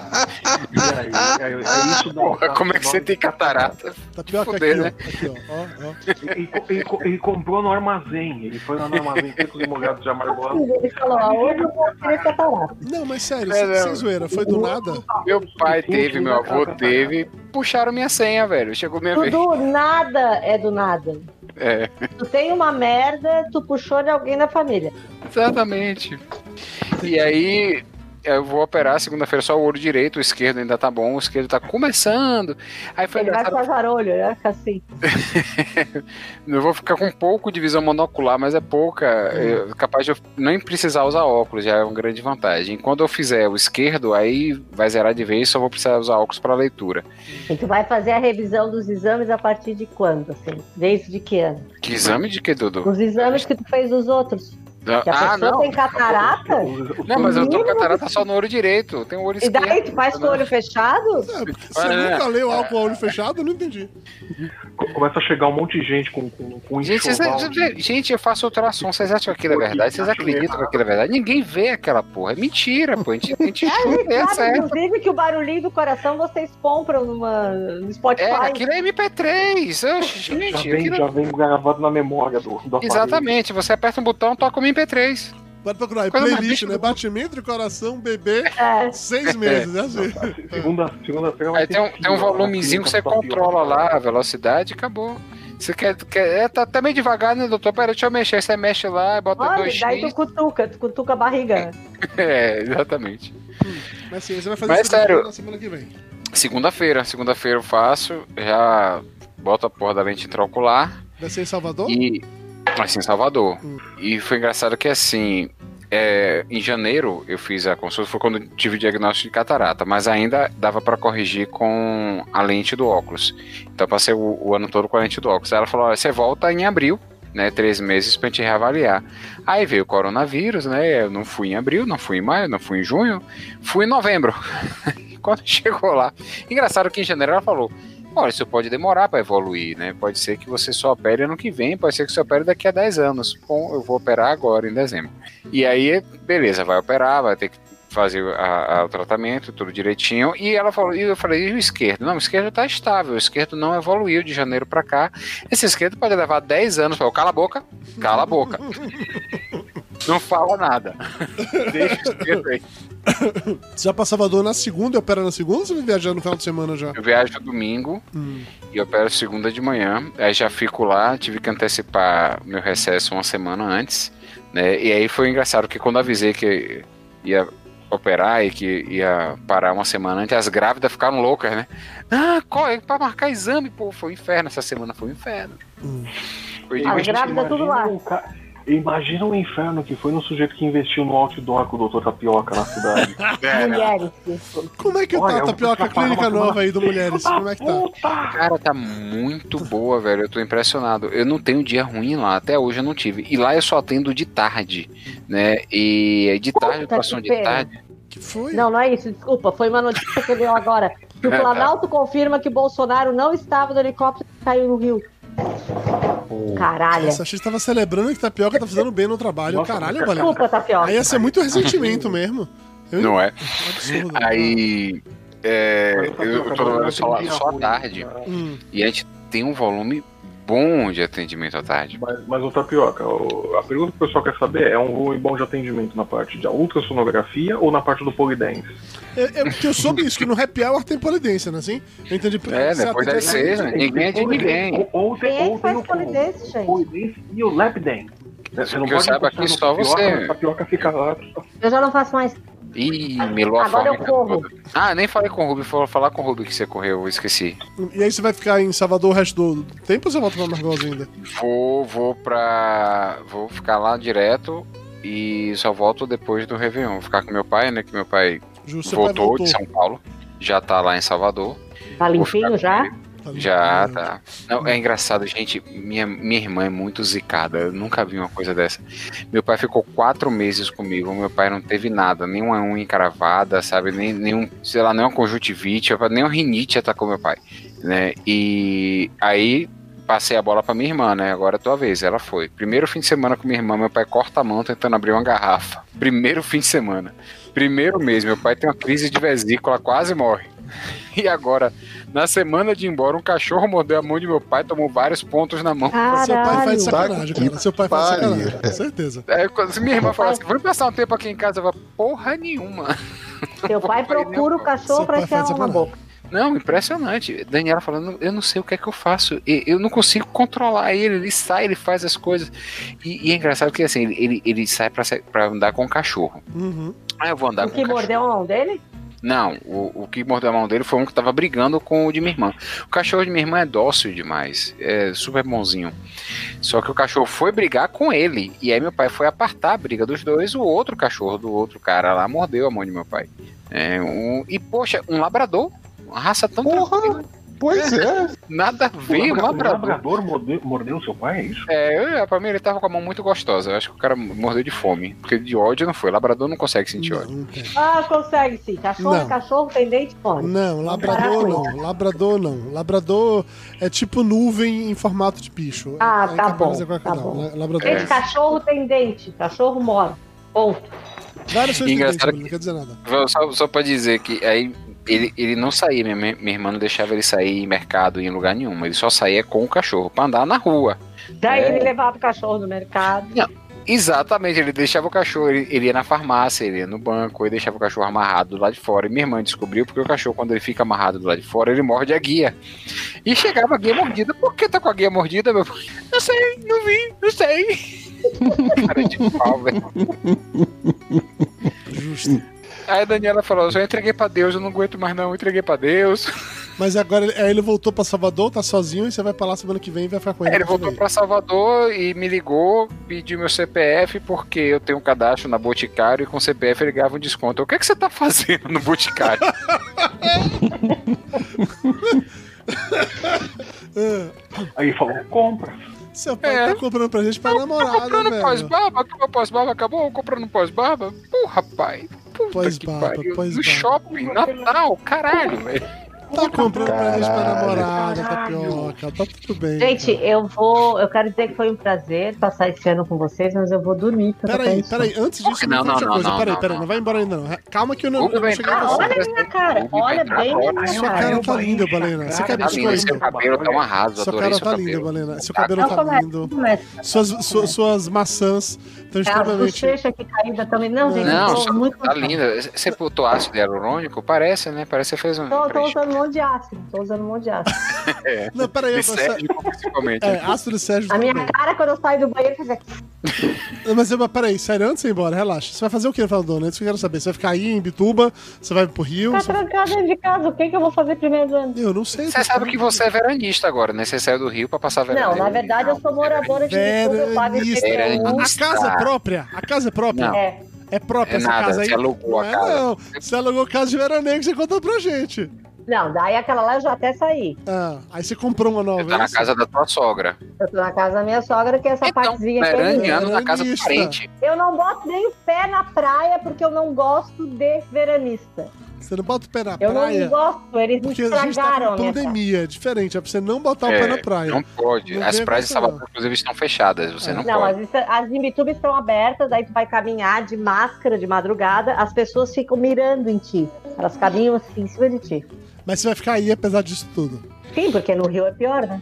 Isso dá, Como é que você tem catarata? Tá pior que Fuder, aqui, né? ó. Ele comprou no armazém. Ele foi lá no armazém, secos e molhados de Amargosa. Ele falou, hoje eu vou querer catarata. Não, mas sério, É, não. sem zoeira, foi do nada? Meu pai teve, meu avô teve, puxaram minha senha, velho. Chegou minha vez. Do nada é do nada. É, Tu tem uma merda, tu puxou de alguém da família. exatamente. E aí, eu vou operar segunda-feira só o olho direito, o esquerdo ainda tá bom, o esquerdo tá começando. Aí foi Ele vai engraçado. com azarolho, ele vai ficar assim. Eu vou ficar com um pouco de visão monocular, mas é pouca. Capaz de eu nem precisar usar óculos, já é uma grande vantagem. Quando eu fizer o esquerdo, aí vai zerar de vez, só vou precisar usar óculos para leitura. E tu vai fazer a revisão dos exames a partir de quando, assim? Desde que ano? Que exame de que, Dudu? Os exames que tu fez dos outros. Que a pessoa tem catarata? Não, mas eu tô com catarata só no olho direito. Tem o olho esquerdo. E daí, tu faz com o olho fechado? Você nunca leu álcool a olho fechado? Eu não entendi. Começa a chegar um monte de gente com enxoval. Gente, eu faço ultrassom. Vocês acham que aquilo é verdade? Vocês acreditam que aquilo é verdade? Ninguém vê aquela porra. É mentira, pô. A gente sabe, inclusive, que o barulhinho do coração vocês compram no Spotify. Aquilo é MP3. Gente, já vem gravado na memória do aparelho. Exatamente. Você aperta um botão, toca o MP3. Pode procurar aí, playlist, né? Batimento de coração, bebê, 6 meses, né? Segunda-feira vai ter tem um volumezinho que você controla lá, a velocidade e acabou. Você quer tá até meio devagar, né, doutor? Pera, deixa eu mexer. Aí você mexe lá, bota 2x. Daí tu cutuca a barriga. Exatamente. Mas sim, você vai fazer isso na semana que vem. Segunda-feira eu faço, já boto a porra da lente intraocular. Vai ser em Salvador? Vai ser em Salvador. E foi engraçado que assim, em janeiro eu fiz a consulta, foi quando eu tive o diagnóstico de catarata, mas ainda dava pra corrigir com a lente do óculos. Então eu passei o ano todo com a lente do óculos. Aí ela falou, você volta em abril, né, 3 meses pra gente reavaliar. Aí veio o coronavírus, né, eu não fui em abril, não fui em maio, não fui em junho, fui em novembro. Quando chegou lá, engraçado que em janeiro ela falou, olha, isso pode demorar para evoluir, né? Pode ser que você só opere ano que vem, pode ser que você opere daqui a 10 anos. Bom, eu vou operar agora, em dezembro. E aí, beleza, vai operar, vai ter que fazer o tratamento, tudo direitinho. E ela falou, e eu falei, e o esquerdo? Não, o esquerdo tá estável, o esquerdo não evoluiu de janeiro para cá. Esse esquerdo pode levar 10 anos. Eu, cala a boca. Não fala nada. Deixa o esquerdo aí. Você já pra Salvador na segunda e opera na segunda ou você vai viajar no final de semana já? Eu viajo domingo e opero segunda de manhã. Aí já fico lá, tive que antecipar meu recesso uma semana antes, né? E aí foi engraçado, porque quando avisei que ia operar e que ia parar uma semana antes, as grávidas ficaram loucas, né? Corre pra marcar exame, pô, foi um inferno. Essa semana foi um inferno. As grávidas tudo lá. Imagina o inferno que foi no sujeito que investiu no outdoor com o Dr. Tapioca na cidade. Mulheres. Como é que tá a Tapioca Clínica nova aí do Mulheres? Como é que tá? Cara, tá muito boa, velho. Eu tô impressionado. Eu não tenho dia ruim lá. Até hoje eu não tive. E lá eu só atendo de tarde, né? E de tarde, operação de tarde. Que foi? Não é isso. Desculpa. Foi uma notícia que deu agora. Que o Planalto confirma que Bolsonaro não estava no helicóptero que caiu no Rio. Caralho. Essa X tava celebrando que Tapioca tá fazendo bem no trabalho. Nossa, caralho, valeu. Desculpa, Tapioca. Aí ia ser muito ressentimento mesmo. Não é? Absurdo. Aí eu tô trabalhando só à tarde. E a gente tem um volume bom de atendimento à tarde. Mas o Tapioca, a pergunta que o pessoal quer saber é um volume bom de atendimento na parte de ultrassonografia ou na parte do polidense? Porque eu soube isso, que no happy hour tem polidência, né? Assim? Eu entendi. Depois deve ser, né? Ninguém é de ninguém. Quem é que faz polidense, gente? Polidense e o lap dance. Você não que eu saiba aqui só você. Tapioca fica lá. Eu já não faço mais. Ih, melou a Agora eu corro. Nem falei com o Rubi, vou falar com o Rubi que você correu, eu esqueci. E aí você vai ficar em Salvador o resto do tempo ou você volta pra Margosa ainda? Vou ficar lá direto e só volto depois do Réveillon. Vou ficar com meu pai, né, que meu pai voltou de São Paulo, já tá lá em Salvador. Tá limpinho já? Já, tá. Não, é engraçado, gente. Minha irmã é muito zicada. Eu nunca vi uma coisa dessa. Meu pai ficou 4 meses comigo. Meu pai não teve nada, nenhuma unha encravada, sabe? Nenhum, sei lá, nenhuma conjuntivite, nem uma rinite atacou meu pai, né? E aí passei a bola pra minha irmã, né? Agora é tua vez. Ela foi. Primeiro fim de semana com minha irmã, meu pai corta a mão tentando abrir uma garrafa. Primeiro fim de semana. Primeiro mês, meu pai tem uma crise de vesícula, quase morre. E agora, na semana de ir embora, um cachorro mordeu a mão de meu pai, tomou vários pontos na mão. Caralho. Seu pai faz sacanagem, cara. Seu pai faz sacanagem, com certeza. Quando minha irmã fala assim, vamos passar um tempo aqui em casa, eu falo, porra nenhuma. Seu pai procura o cachorro pra enfiar uma na boca. Não, impressionante. Daniela falando, eu não sei o que é que eu faço. Eu não consigo controlar ele sai, ele faz as coisas. E é engraçado que assim, ele sai pra andar com o cachorro. Aí eu vou andar com o cachorro. O que mordeu a mão dele? Não, o que mordeu a mão dele foi um que tava brigando com o de minha irmã. O cachorro de minha irmã é dócil demais, é super bonzinho. Só que o cachorro foi brigar com ele, e aí meu pai foi apartar a briga dos dois, o outro cachorro do outro cara lá mordeu a mão de meu pai. E poxa, um labrador, uma raça tão tranquila. Pois é. Nada a ver, O labrador. labrador mordeu seu pai, é isso? Pra mim ele tava com a mão muito gostosa. Eu acho que o cara mordeu de fome. Porque de ódio não foi. Labrador não consegue sentir ódio. Não tem. Ah, consegue sim. Cachorro, Não. cachorro tem dente fora. Não, labrador não. Labrador não. Labrador é tipo nuvem em formato de bicho. Ah, É tá incapaz bom, de qualquer- tá não, bom. Labrador. Gente, cachorro tem dente. Cachorro mora. Ponto. Várias coisas Engraçado diferentes, não quer dizer nada. Só pra dizer que aí ele não saía, minha irmã não deixava ele sair em mercado em lugar nenhum. Ele só saía com o cachorro pra andar na rua. Daí ele levava o cachorro no mercado. Exatamente, ele deixava o cachorro, ele ia na farmácia, ele ia no banco, ele deixava o cachorro amarrado do lado de fora. E minha irmã descobriu porque o cachorro, quando ele fica amarrado do lado de fora, ele morde a guia. E chegava a guia mordida. Por que tá com a guia mordida, meu pai? Não sei, não vi, não sei. Cara de pau, velho. Justo. Aí a Daniela falou, eu entreguei pra Deus, eu não aguento mais não, eu entreguei pra Deus. Mas agora aí ele voltou pra Salvador, tá sozinho, e você vai pra lá semana que vem e vai ficar com ele. Ele voltou pra Salvador e me ligou, pediu meu CPF, porque eu tenho um cadastro na Boticário e com CPF ele ganhava um desconto. O que é que você tá fazendo no Boticário? Aí falou, compra. Seu pai tá comprando pra gente pra namorada, comprando velho. pós-barba, acabou pós-barba, acabou comprando pós-barba. Porra, pai. Puta Pós-barba, que pariu. pós-barba. No shopping, Natal, caralho, velho. Tá comprando pra gente pra Caralho. namorada, tapioca, tá tudo bem. Gente, cara. eu quero dizer que foi um prazer passar esse ano com vocês, mas eu vou dormir. porque eu tô Peraí, pensando. antes disso, Não, me conta não, uma coisa. não, Peraí, não. não vai embora ainda não. Calma que eu não, Hugo eu não vai cheguei entrar a você. Olha a minha cara, Hugo vai olha entrar bem agora. minha Sua cara. cara tá linda, Balena. Você quer Tá lindo, biscoito? seu cabelo tá um arraso, Sua adorei cara seu tá linda, cabelo. Balena. Seu cabelo Não, tá começa, lindo. começa. Suas maçãs estão As extremamente... bochechas aqui caídas também. Não, gente, Não, eu tô só muito tá linda. Você botou ácido hialurônico? Parece, né? Parece que você fez um... Tô usando um monte de ácido. Tô usando um monte de ácido. Não, peraí. De Sérgio, principalmente. Ácido de Sérgio A minha também. cara, quando eu saio do banheiro, faz aqui. Mas peraí, sério, antes de ir embora, relaxa. Você vai fazer o que no final do ano? É isso que eu quero saber. Você vai ficar aí em Bituba? Você vai pro Rio? Tá Você- trancado dentro de casa. O que eu vou fazer primeiro do ano? Eu não sei. Você sabe que você é veranista agora, né? Você saiu do Rio pra passar verão. Não, na verdade, eu sou moradora de Bituba, eu pago Veranista. IPTU. A casa é própria? A casa é própria? Não. É. É própria É essa nada, casa aí? você alugou a Não é, casa. não. Você alugou casa de veraneio que você contou pra gente. Não, daí aquela lá eu já até saí. Ah, aí você comprou uma nova. Você tá é na isso? casa da tua sogra. Eu tô na casa da minha sogra, que é essa Então, partezinha aqui. veraneando na casa do Veranista. parente. Eu não boto nem o pé na praia porque eu não gosto de veranista. Você não bota o pé na Eu praia? não gosto, eles me Porque a gente tá estragaram com a minha pandemia, é diferente. É pra você não botar o pé na praia. Não pode. Não As vem praias de com essa, Salvador, inclusive, estão fechadas. Você não Não, pode. as de Bituba estão abertas, daí tu vai caminhar de máscara de madrugada, as pessoas ficam mirando em ti. Elas caminham assim em cima de ti. Mas você vai ficar aí apesar disso tudo. Sim, porque no Rio é pior, né?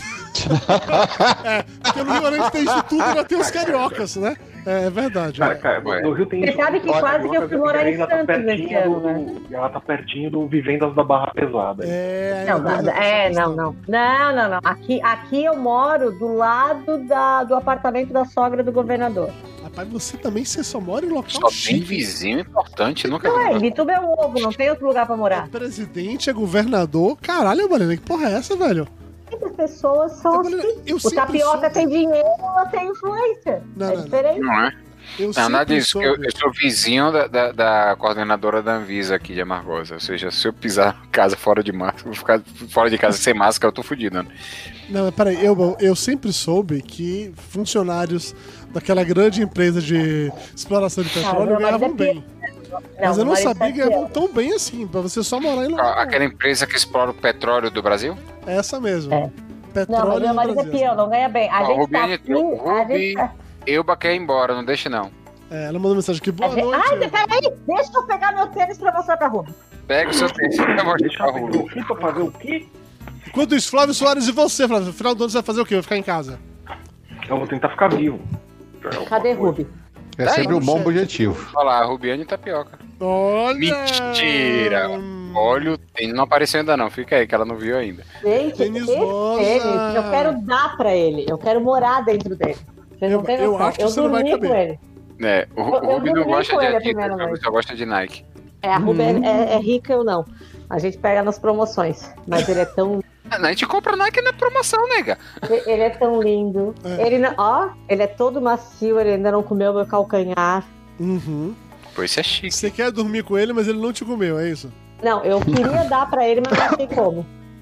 Porque no Rio, além de ter isso tudo, ainda tem os cariocas, né? É verdade. Cara, Ué. no Rio tem Você isso. sabe que quase que eu fui morar em Ela tá Santos esse pertinho ano, né? Ela tá pertinho do Vivendas da Barra Pesada. Não, não. Aqui eu moro do lado do apartamento da sogra do governador. Rapaz, você também só mora em local Só tem chique. vizinho importante, nunca Não é, vi. Bituba é um ovo, não tem outro lugar pra morar. O presidente é governador. Caralho, Balena, que porra é essa, velho? As pessoas são Balena, assim. eu O sempre Tapioca soube- tem dinheiro, ela tem influência. Não, É não, diferente. Não é? Eu Não, nada sempre disso. soube- Eu sou vizinho da coordenadora da Anvisa aqui de Amargosa. Ou seja, se eu pisar em casa fora de máscara, vou ficar fora de casa sem máscara, eu tô fudido. Né? Não, mas peraí, eu sempre soube que funcionários daquela grande empresa de exploração de petróleo meu marido ganhavam é bem. Mas eu não meu marido sabia tá que ganhavam fiel. tão bem assim, pra você só morar em local. Aquela empresa que explora o petróleo do Brasil? É essa mesmo. É. Petróleo Não, mas meu no marido é Brasil. peão, não ganha bem. A Ó, gente Rubi, tá aqui, a gente tá... Euba quer ir embora, não deixa não. É, ela mandou mensagem aqui, boa a gente... noite. Ai, peraí, deixa eu pegar meu tênis pra mostrar pra Rubi. Pega o seu tênis, eu vou Deixa mostrar eu o fazer o Rubi. quê? Pra fazer o quê? Enquanto isso, Flávio Soares e você, Flávio, no final do ano você vai fazer o quê? Vai ficar em casa? Eu vou tentar ficar vivo. Cadê Rubi? É sempre um bom objetivo. Olha lá, Rubiane e Tapioca. Olha! Mentira! Olha o tênis, não apareceu ainda não, fica aí que ela não viu ainda. Gente, Tênis esse rosa. tênis, eu quero dar pra ele. Eu quero morar dentro dele. Vocês não têm Eu noção. acho que você não vai dormi caber. com ele. É, o Eu Rubi não dormi gosta com de ele a Adidas, primeira noite. só gosta de Nike. É, a Rubi é rica, eu não. A gente pega nas promoções. Mas ele é tão... A gente compra Nike na promoção, nega. Ele é tão lindo. É. Ele, ele é todo macio, ele ainda não comeu meu calcanhar. Uhum. Pô, isso é chique. Você quer dormir com ele, mas ele não te comeu, é isso? Não, eu queria dar pra ele, mas não sei como.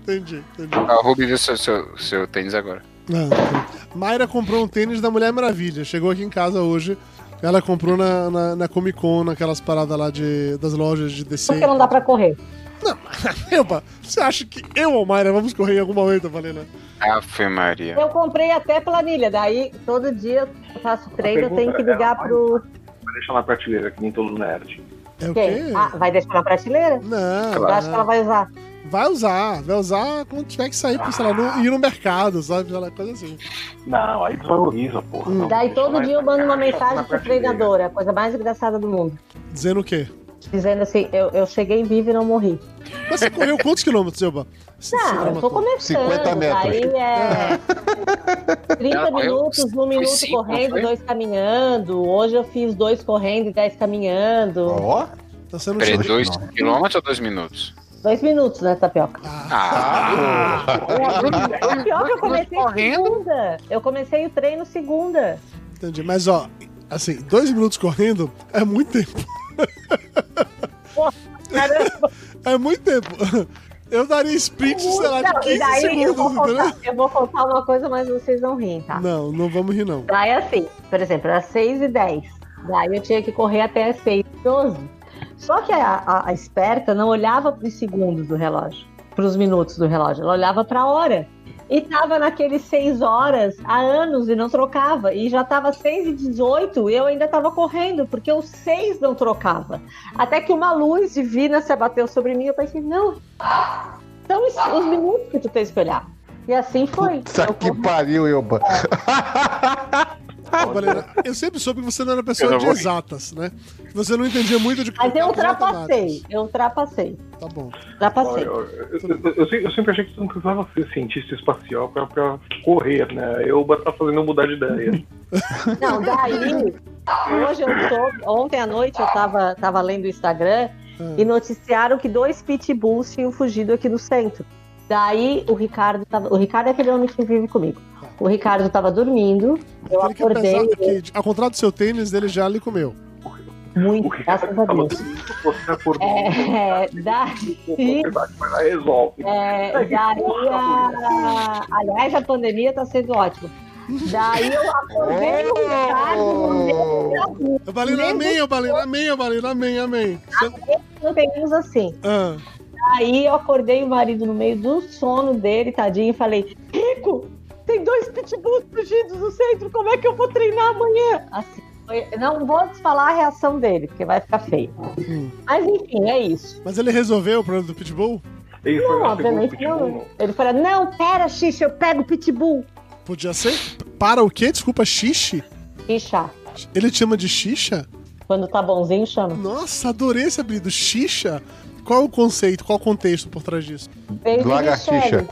Entendi. A Ruby viu seu tênis agora. Mayra comprou um tênis da Mulher Maravilha. Chegou aqui em casa hoje. Ela comprou na Comic Con, naquelas paradas lá das lojas de DC. Porque não dá pra correr. Não, você acha que eu ou Mayra vamos correr em algum momento, Valena? Ave Maria. Eu comprei até planilha, daí todo dia eu faço treino, eu tenho que ligar pro... Vai deixar na prateleira, que nem todo nerd. É o quê? Vai deixar na prateleira? Não. Eu acho que ela vai usar. Vai usar quando tiver que sair, sei lá, ir no mercado, sabe? Coisa assim. Não, aí desvaloriza, porra. Não, daí todo dia eu mando uma mensagem pro treinador, é a coisa mais engraçada do mundo. Dizendo o quê? Dizendo assim, eu cheguei vivo e não morri. Mas você correu quantos quilômetros, Elba? Não, eu tô começando. 50 metros. Aí é 30 minutos, 1 minuto correndo, 2 caminhando. Hoje eu fiz 2 correndo e 10 caminhando. Ó. Tá sendo 2 quilômetros ou 2 minutos? 2 minutos, né, Tapioca? Tapioca, eu comecei segunda. Eu comecei o treino segunda. Entendi, mas ó, assim, 2 minutos correndo é muito tempo. Caramba. É muito tempo. Eu daria sprint, sei lá, de 15 segundos. Eu vou contar uma coisa, mas vocês não riem, tá? Não vamos rir, não. Daí assim, por exemplo, era 6h10. Daí eu tinha que correr até 6h12. Só que a esperta não olhava para os segundos do relógio, para os minutos do relógio, ela olhava para a hora. E tava naqueles 6 horas há anos e não trocava. E já tava 6h18 e eu ainda tava correndo, porque o 6 não trocava. Até que uma luz divina se abateu sobre mim, eu pensei, não, são os minutos que tu tens que olhar. E assim foi. Puta que pariu, Elba. Valena, eu sempre soube que você não era pessoa de exatas, né? Você não entendia muito de Mas eu ultrapassei. Tá bom. Ultrapassei. Eu sempre achei que você não precisava ser cientista espacial pra correr, né? Eu tá fazendo mudar de ideia. Não, daí, ontem à noite eu tava lendo o Instagram e noticiaram que 2 pitbulls tinham fugido aqui no centro. Daí o Ricardo é aquele homem que vive comigo. O Ricardo tava dormindo, eu acordei... Ao contrário do seu tênis, ele já lhe comeu. Muito, graças a Deus. Você acordou. Aliás, a pandemia tá sendo ótima. Daí eu acordei o Ricardo no meio da... Amém. Não temos assim. Aí eu acordei o marido no meio do sono dele, tadinho, e falei, Rico, tem 2 pitbulls fugidos no centro, como é que eu vou treinar amanhã? Assim, não vou te falar a reação dele, porque vai ficar feio. Mas enfim, é isso. Mas ele resolveu o problema do pitbull? Não, obviamente não. Ele falou, não, pera, Xixi, eu pego o pitbull. Podia ser? Para o quê? Desculpa, xixi? Xixa. Ele te chama de xixa? Quando tá bonzinho, chama. Nossa, adorei esse apelido. Xixa? Qual o conceito, qual o contexto por trás disso? Lagartixa.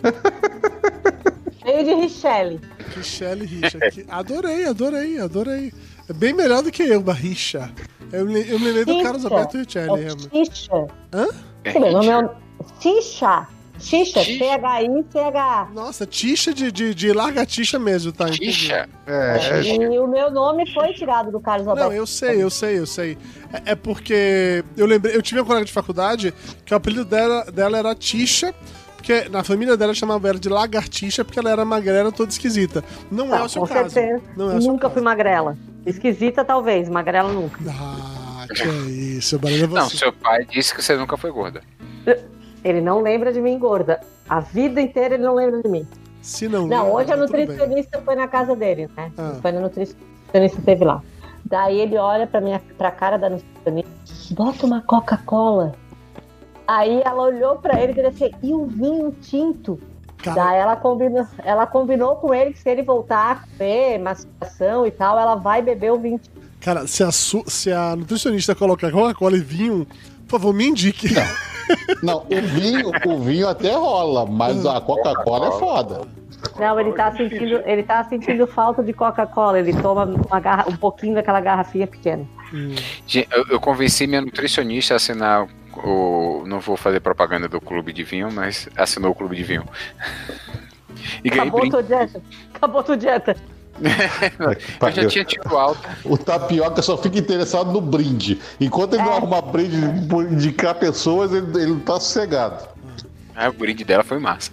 Veio de Richelle. Richelle Richa. Adorei. É bem melhor do que eu, Richa. Eu me lembrei do Carlos Alberto Richelle. Xixa. Hã? Meu nome é Xixa. Xixa, T-H-I-C-H-A. Nossa, tixa de largatixa mesmo, tá? Tixa? E o meu nome foi tirado do Carlos Alberto. Não, eu sei. É porque eu tive uma colega de faculdade que o apelido dela era Tixa, porque na família dela chamava ela de lagartixa porque ela era magrela, toda esquisita. Não é o seu caso. Certeza. Nunca fui magrela. Esquisita talvez, magrela nunca. Ah, que isso, Valena. Não, seu pai disse que você nunca foi gorda. Ele não lembra de mim gorda. A vida inteira ele não lembra de mim. Se não, hoje a nutricionista foi na casa dele, né? Foi na nutricionista, esteve lá. Daí ele olha pra cara da nutricionista, bota uma Coca-Cola. Aí ela olhou pra ele e disse assim, e o vinho tinto? Cara... Daí ela combinou com ele que se ele voltar a comer masturbação e tal, ela vai beber o vinho tinto. Cara, se a nutricionista colocar Coca-Cola e vinho, por favor, me indique. Não, o vinho até rola, mas a Coca-Cola é foda. Não, ele tá sentindo falta de Coca-Cola. Ele toma um pouquinho daquela garrafinha pequena. Eu convenci minha nutricionista a assinar não vou fazer propaganda do clube de vinho, mas assinou o clube de vinho. E Acabou tua dieta. Eu já tinha tido alta. O Tapioca só fica interessado no brinde. Enquanto ele não arruma brinde de indicar pessoas, ele não tá sossegado. O brinde dela foi massa.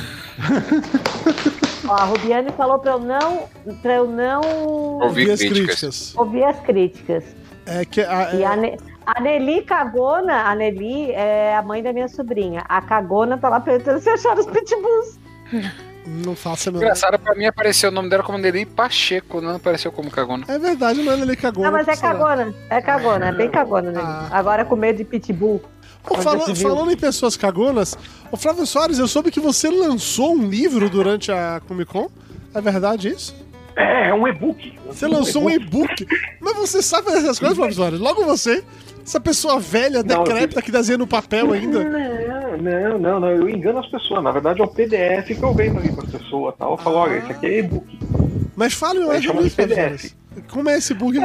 Ó, a Rubiane falou pra eu não Ouvir as críticas. Ouvir as críticas. E a Nelly Cagona, a Nelly é a mãe da minha sobrinha. A Cagona tá lá perguntando se acharam os pitbulls. Não faço nada. Engraçado, pra mim apareceu o nome dela como Nelly Pacheco, não apareceu como Cagona. É verdade, não é Nelly Cagona. Não, mas é Cagona. É Cagona, é bem Cagona, né? Agora com medo de pitbull. Falando em pessoas cagonas, ô Flávio Soares, eu soube que você lançou um livro durante a Comic Con. É verdade isso? É um e-book. Você lançou um e-book. Mas você sabe fazer essas coisas, Flávio Soares? Logo você, essa pessoa velha, decrépita, que desenha no papel ainda. Não, eu engano as pessoas. Na verdade é um PDF que eu vendo ali para as pessoas. Tá? Eu falo, olha, esse aqui é e-book. Mas fale mais sobre isso, PDF. Como é esse book?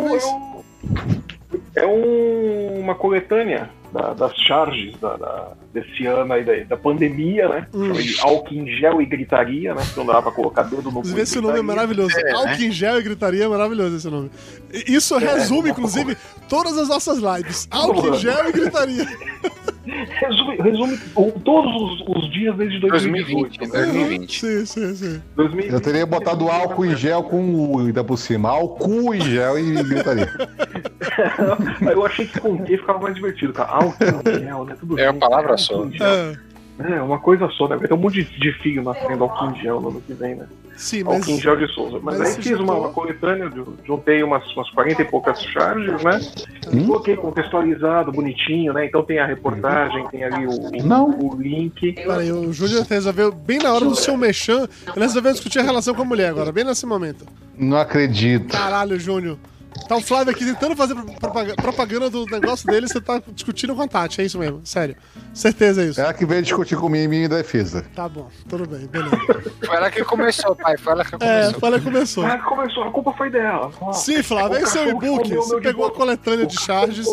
Uma coletânea das charges desse ano aí da pandemia, né? De álcool em gel e gritaria, né? Que não dava pra colocar dedo no cu. Esse nome é maravilhoso. Álcool em gel e gritaria é maravilhoso esse nome. Isso resume, inclusive, todas as nossas lives. Álcool em gel e gritaria. Resume todos os dias desde 2020. 2020. Sim. 2020, eu teria botado álcool em gel com U ainda por cima. Álcool em gel e gritaria. Eu achei que com Q ficava mais divertido, cara. Álcool em gel, né? Tudo é uma palavra só. É, uma coisa só, né? Vai ter um monte de filho nascendo álcool em gel no ano que vem, né? Sim, mas... Álcool em gel de Souza. Mas aí fiz uma coletânea, juntei umas 40 e poucas charges, né? Coloquei contextualizado, bonitinho, né? Então tem a reportagem, tem ali o link. Peraí, o Júnior resolveu, bem na hora do seu mexão, ele resolveu discutir a relação com a mulher agora, bem nesse momento. Não acredito. Caralho, Júnior. Tá o Flávio aqui tentando fazer propaganda do negócio dele, você tá discutindo com a Tati, é isso mesmo, sério. Certeza é isso. Ela que veio discutir comigo em minha defesa. Tá bom, tudo bem, beleza. Foi ela que começou, pai, foi ela que começou. Foi ela que começou. Ela que começou, a culpa foi dela. Sim, Flávio, esse é o e-book, você pegou a coletânea de charges.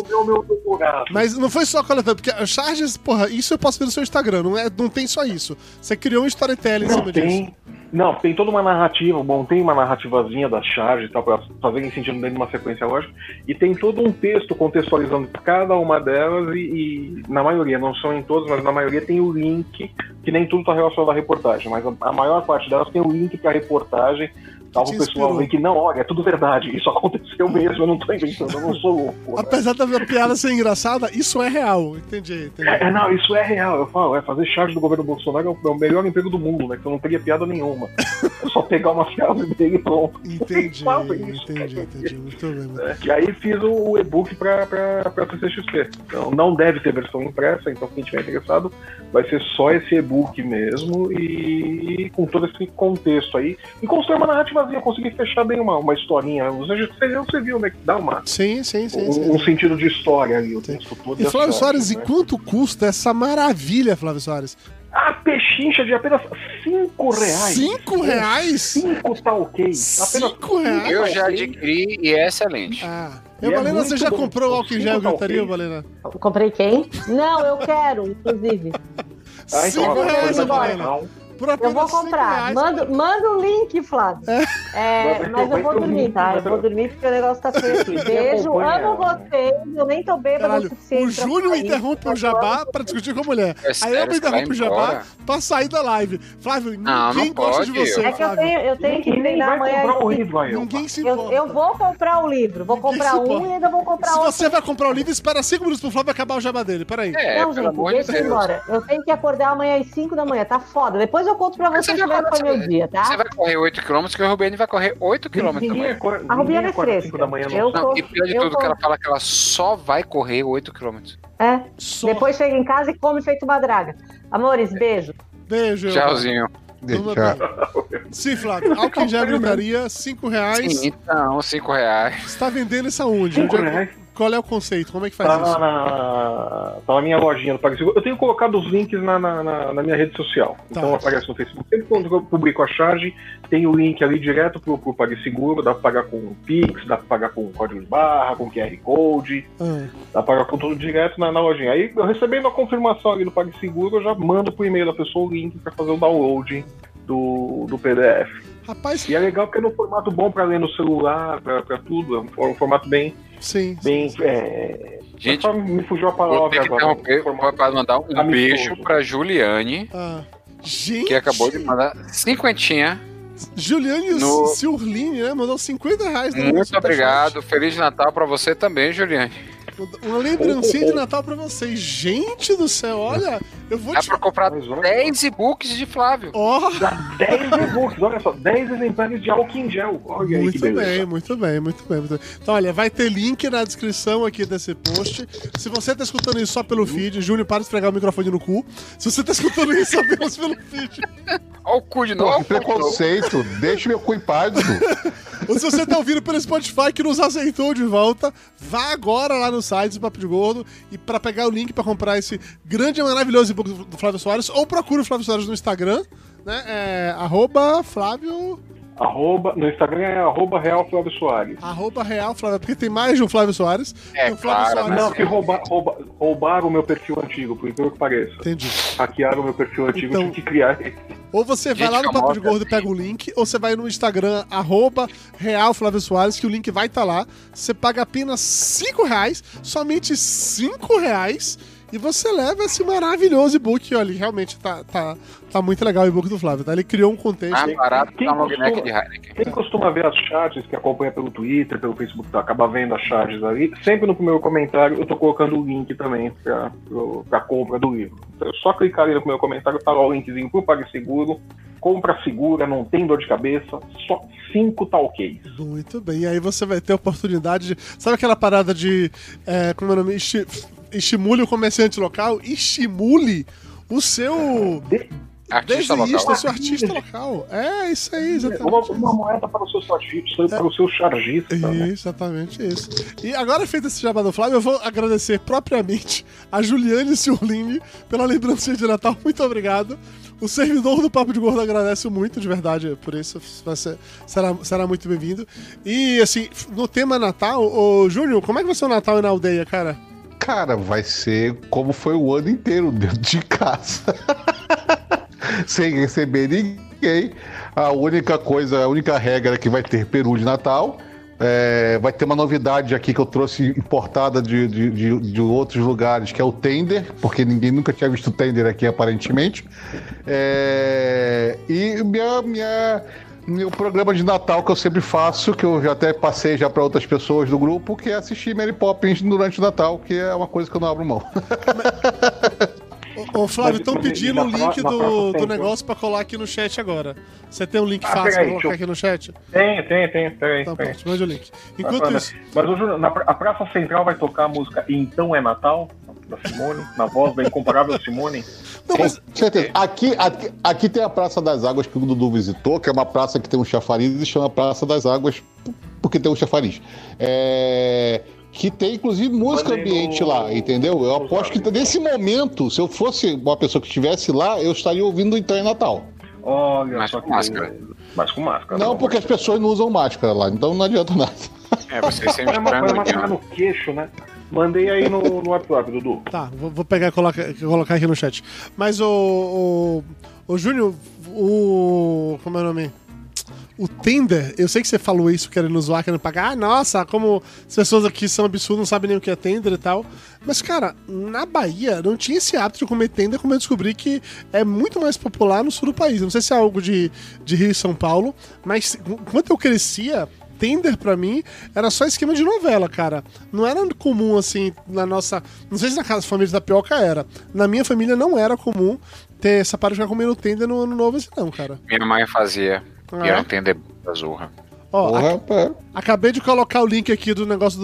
Mas não foi só a coletânea, porque as charges, porra, isso eu posso ver no seu Instagram, não tem só isso. Você criou um storytelling em cima disso. Não, tem toda uma narrativa, tem uma narrativazinha da charge e tal, pra fazerem sentido dentro de uma sequência lógica, e tem todo um texto contextualizando cada uma delas, e na maioria, não são em todas, mas na maioria tem o link, que nem tudo tá relacionado à reportagem, mas a maior parte delas tem o link pra reportagem, tal, o pessoal vê que não, olha, é tudo verdade, isso aconteceu mesmo, eu não tô inventando, eu não sou louco. Apesar da piada ser engraçada, isso é real, entendi. Não, isso é real, eu falo, fazer charge do governo Bolsonaro é o melhor emprego do mundo, né, que eu não teria piada nenhuma. É só pegar uma frase dele e pronto. Entendi, muito bem. E aí fiz o e-book pra CCXP. Então não deve ter versão impressa, então quem tiver interessado vai ser só esse e-book mesmo e com todo esse contexto aí. E construir uma narrativazinha, conseguir fechar bem uma historinha. Você viu, né? Que dá uma... Sim. Um sentido de história ali, o texto todo. E Flávio Soares, e quanto custa essa maravilha, Flávio Soares? A pechincha de apenas R$5. R$5? 5 tá ok. Apenas R$5? Eu já adquiri e é excelente. Balena, você já comprou o álcool em gel e gritaria, Balena? Comprei quem? Não, eu quero, inclusive. R$5, Balena. Eu vou comprar. Manda o link, Flávio. Mas eu vou dormir, tá? Eu vou dormir porque o negócio tá feio aqui. Beijo, amo vocês. Eu nem tô bêbado o suficiente. O Júnior interrompe o Jabá pra discutir com a mulher. Aí eu interrompo o Jabá pra sair da live. Flávio, ninguém gosta de você. É que eu tenho que treinar amanhã. Ninguém se importa. Eu vou comprar o livro. Vou comprar um e ainda vou comprar outro. Se você vai comprar o livro, espera 5 minutos pro Flávio acabar o Jabá dele. Peraí. Não, gente, deixa eu ir embora. Eu tenho que acordar amanhã às 5 da manhã. Tá foda. Depois eu conto pra vocês como é que foi meu dia, tá? Você vai correr 8km, que a Rubiane vai correr 8km também. A Rubiane é fresca. E pior de tudo, que ela fala que ela só vai correr 8km. Depois chega em casa e come feito uma draga. Amores, beijo. Beijo. Tchauzinho. Sim, Flávio. Álcool em gel gritaria, R$5. Sim, então, R$5. Você tá vendendo isso aonde? Qual é o conceito? Como é que faz isso? Tá na minha lojinha do PagSeguro. Eu tenho colocado os links na minha rede social. Então aparece no Facebook. Sempre quando eu publico a charge, tem o link ali direto pro PagSeguro. Dá pra pagar com Pix, dá pra pagar com código de barra, com QR Code. Dá pra pagar com tudo direto na lojinha. Aí, eu recebendo a confirmação ali do PagSeguro, eu já mando pro e-mail da pessoa o link pra fazer o download do PDF. Rapaz, e é legal porque é no formato bom pra ler no celular, pra tudo. É um formato bem Sim. Bem, Gente, só me fugiu a palavra agora. Para mandar um beijo pra Juliane, Gente! que acabou de mandar 50. Juliane Ciurline, né? Mandou R$50. Muito obrigado. Feliz Natal pra você também, Juliane. Uma lembrancinha de Natal pra vocês. Gente do céu, olha, eu vou Dá pra comprar 10 e-books de Flávio. Dá 10 e-books, olha só, 10 exemplares de álcool em gel. Olha aí, muito bem, muito bem. Então, olha, vai ter link na descrição aqui desse post. Se você tá escutando isso só pelo feed, Júnior, para de esfregar o microfone no cu. Se você tá escutando isso apenas pelo feed. Olha o cu de novo. Que preconceito, deixa meu cu em paz, Dudu. Ou se você tá ouvindo pelo Spotify que nos aceitou de volta, vá agora lá no site do Papo de Gordo e pra pegar o link pra comprar esse grande e maravilhoso e-book do Flávio Soares, ou procure o Flávio Soares no Instagram, né? @Flávio... No Instagram é @Real Flávio Soares. @Real Flávio, porque tem mais de um Flávio Soares. É, o Flávio claro, Soares. Não, que roubaram o meu perfil antigo, por incrível que pareça. Entendi. Hackearam o meu perfil antigo, Então, tive que criar. Ou você vai lá no Papo de Gordo e pega o link, ou você vai no Instagram, @Real Flávio Soares, que o link vai estar lá. Você paga apenas R$5, somente R$5, e você leva esse maravilhoso e-book. Olha, realmente tá muito legal o e-book do Flávio, tá? Ele criou um contexto. Barato que tá um logneck de Heineken. Quem costuma ver as charges, que acompanha pelo Twitter, pelo Facebook, acaba vendo as charges ali, sempre no primeiro comentário eu tô colocando o link também pra compra do livro. Então, é só clicar ali no primeiro comentário, tá lá o linkzinho pro PagSeguro, compra segura, não tem dor de cabeça, só 5 talquês. Muito bem, e aí você vai ter a oportunidade de... Sabe aquela parada de... como é o nome? Estimule o comerciante local, estimule o seu... Artista desenhista, local. o seu artista local. É, isso aí, exatamente. Uma moeda para o seu artista, para o seu chargista. Né? Exatamente isso. E agora, feito esse jabá do Flávio, eu vou agradecer propriamente a Juliane Ciurline pela lembrança de Natal. Muito obrigado. O servidor do Papo de Gordo agradece muito, de verdade, por isso. Será muito bem-vindo. E, assim, no tema Natal, ô Júnior, como é que vai ser o Natal aí na aldeia, cara? Cara, vai ser como foi o ano inteiro, dentro de casa. Sem receber ninguém. A única regra é que vai ter peru de Natal. Vai ter uma novidade aqui que eu trouxe importada de outros lugares, que é o tender, porque ninguém nunca tinha visto tender aqui, aparentemente. E meu programa de Natal que eu sempre faço, que eu já até passei já para outras pessoas do grupo, que é assistir Mary Poppins durante o Natal, que é uma coisa que eu não abro mão. Ô Flávio, estão pedindo o link do negócio pra colar aqui no chat agora. Você tem um link fácil pra colocar aqui no chat? Tem. Peraí. Então pronto, mande o link. Enquanto isso... Mas a Praça Central vai tocar a música Então é Natal, da Simone, na voz da incomparável Simone. Não, mas... Certeza. Aqui tem a Praça das Águas que o Dudu visitou, que é uma praça que tem um chafariz e chama Praça das Águas porque tem um chafariz. Que tem, inclusive, música ambiente lá, entendeu? Eu aposto que nesse momento, se eu fosse uma pessoa que estivesse lá, eu estaria ouvindo Então é Natal. Olha, mas só com máscara. Mas com máscara. Não, porque as pessoas não usam máscara lá, então não adianta nada. Você sempre uma máscara no queixo, né? Mandei aí no WhatsApp, Dudu. Tá, vou pegar e colocar aqui no chat. Mas o Júnior, como é o nome? O Tender, eu sei que você falou isso querendo zoar, querendo pagar. Nossa, como as pessoas aqui são absurdas, não sabem nem o que é Tender e tal. Mas, cara, na Bahia não tinha esse hábito de comer Tender, como eu descobri que é muito mais popular no sul do país. Não sei se é algo de Rio e São Paulo, mas enquanto eu crescia, Tender pra mim era só esquema de novela, cara. Não era comum, assim, na nossa... Não sei se na casa da família da Pioca era. Na minha família não era comum ter essa parte de ficar comendo Tender no ano novo, assim, não, cara. Minha mãe fazia. E era um Tender da Zorra. Ó, acabei de colocar o link aqui do negócio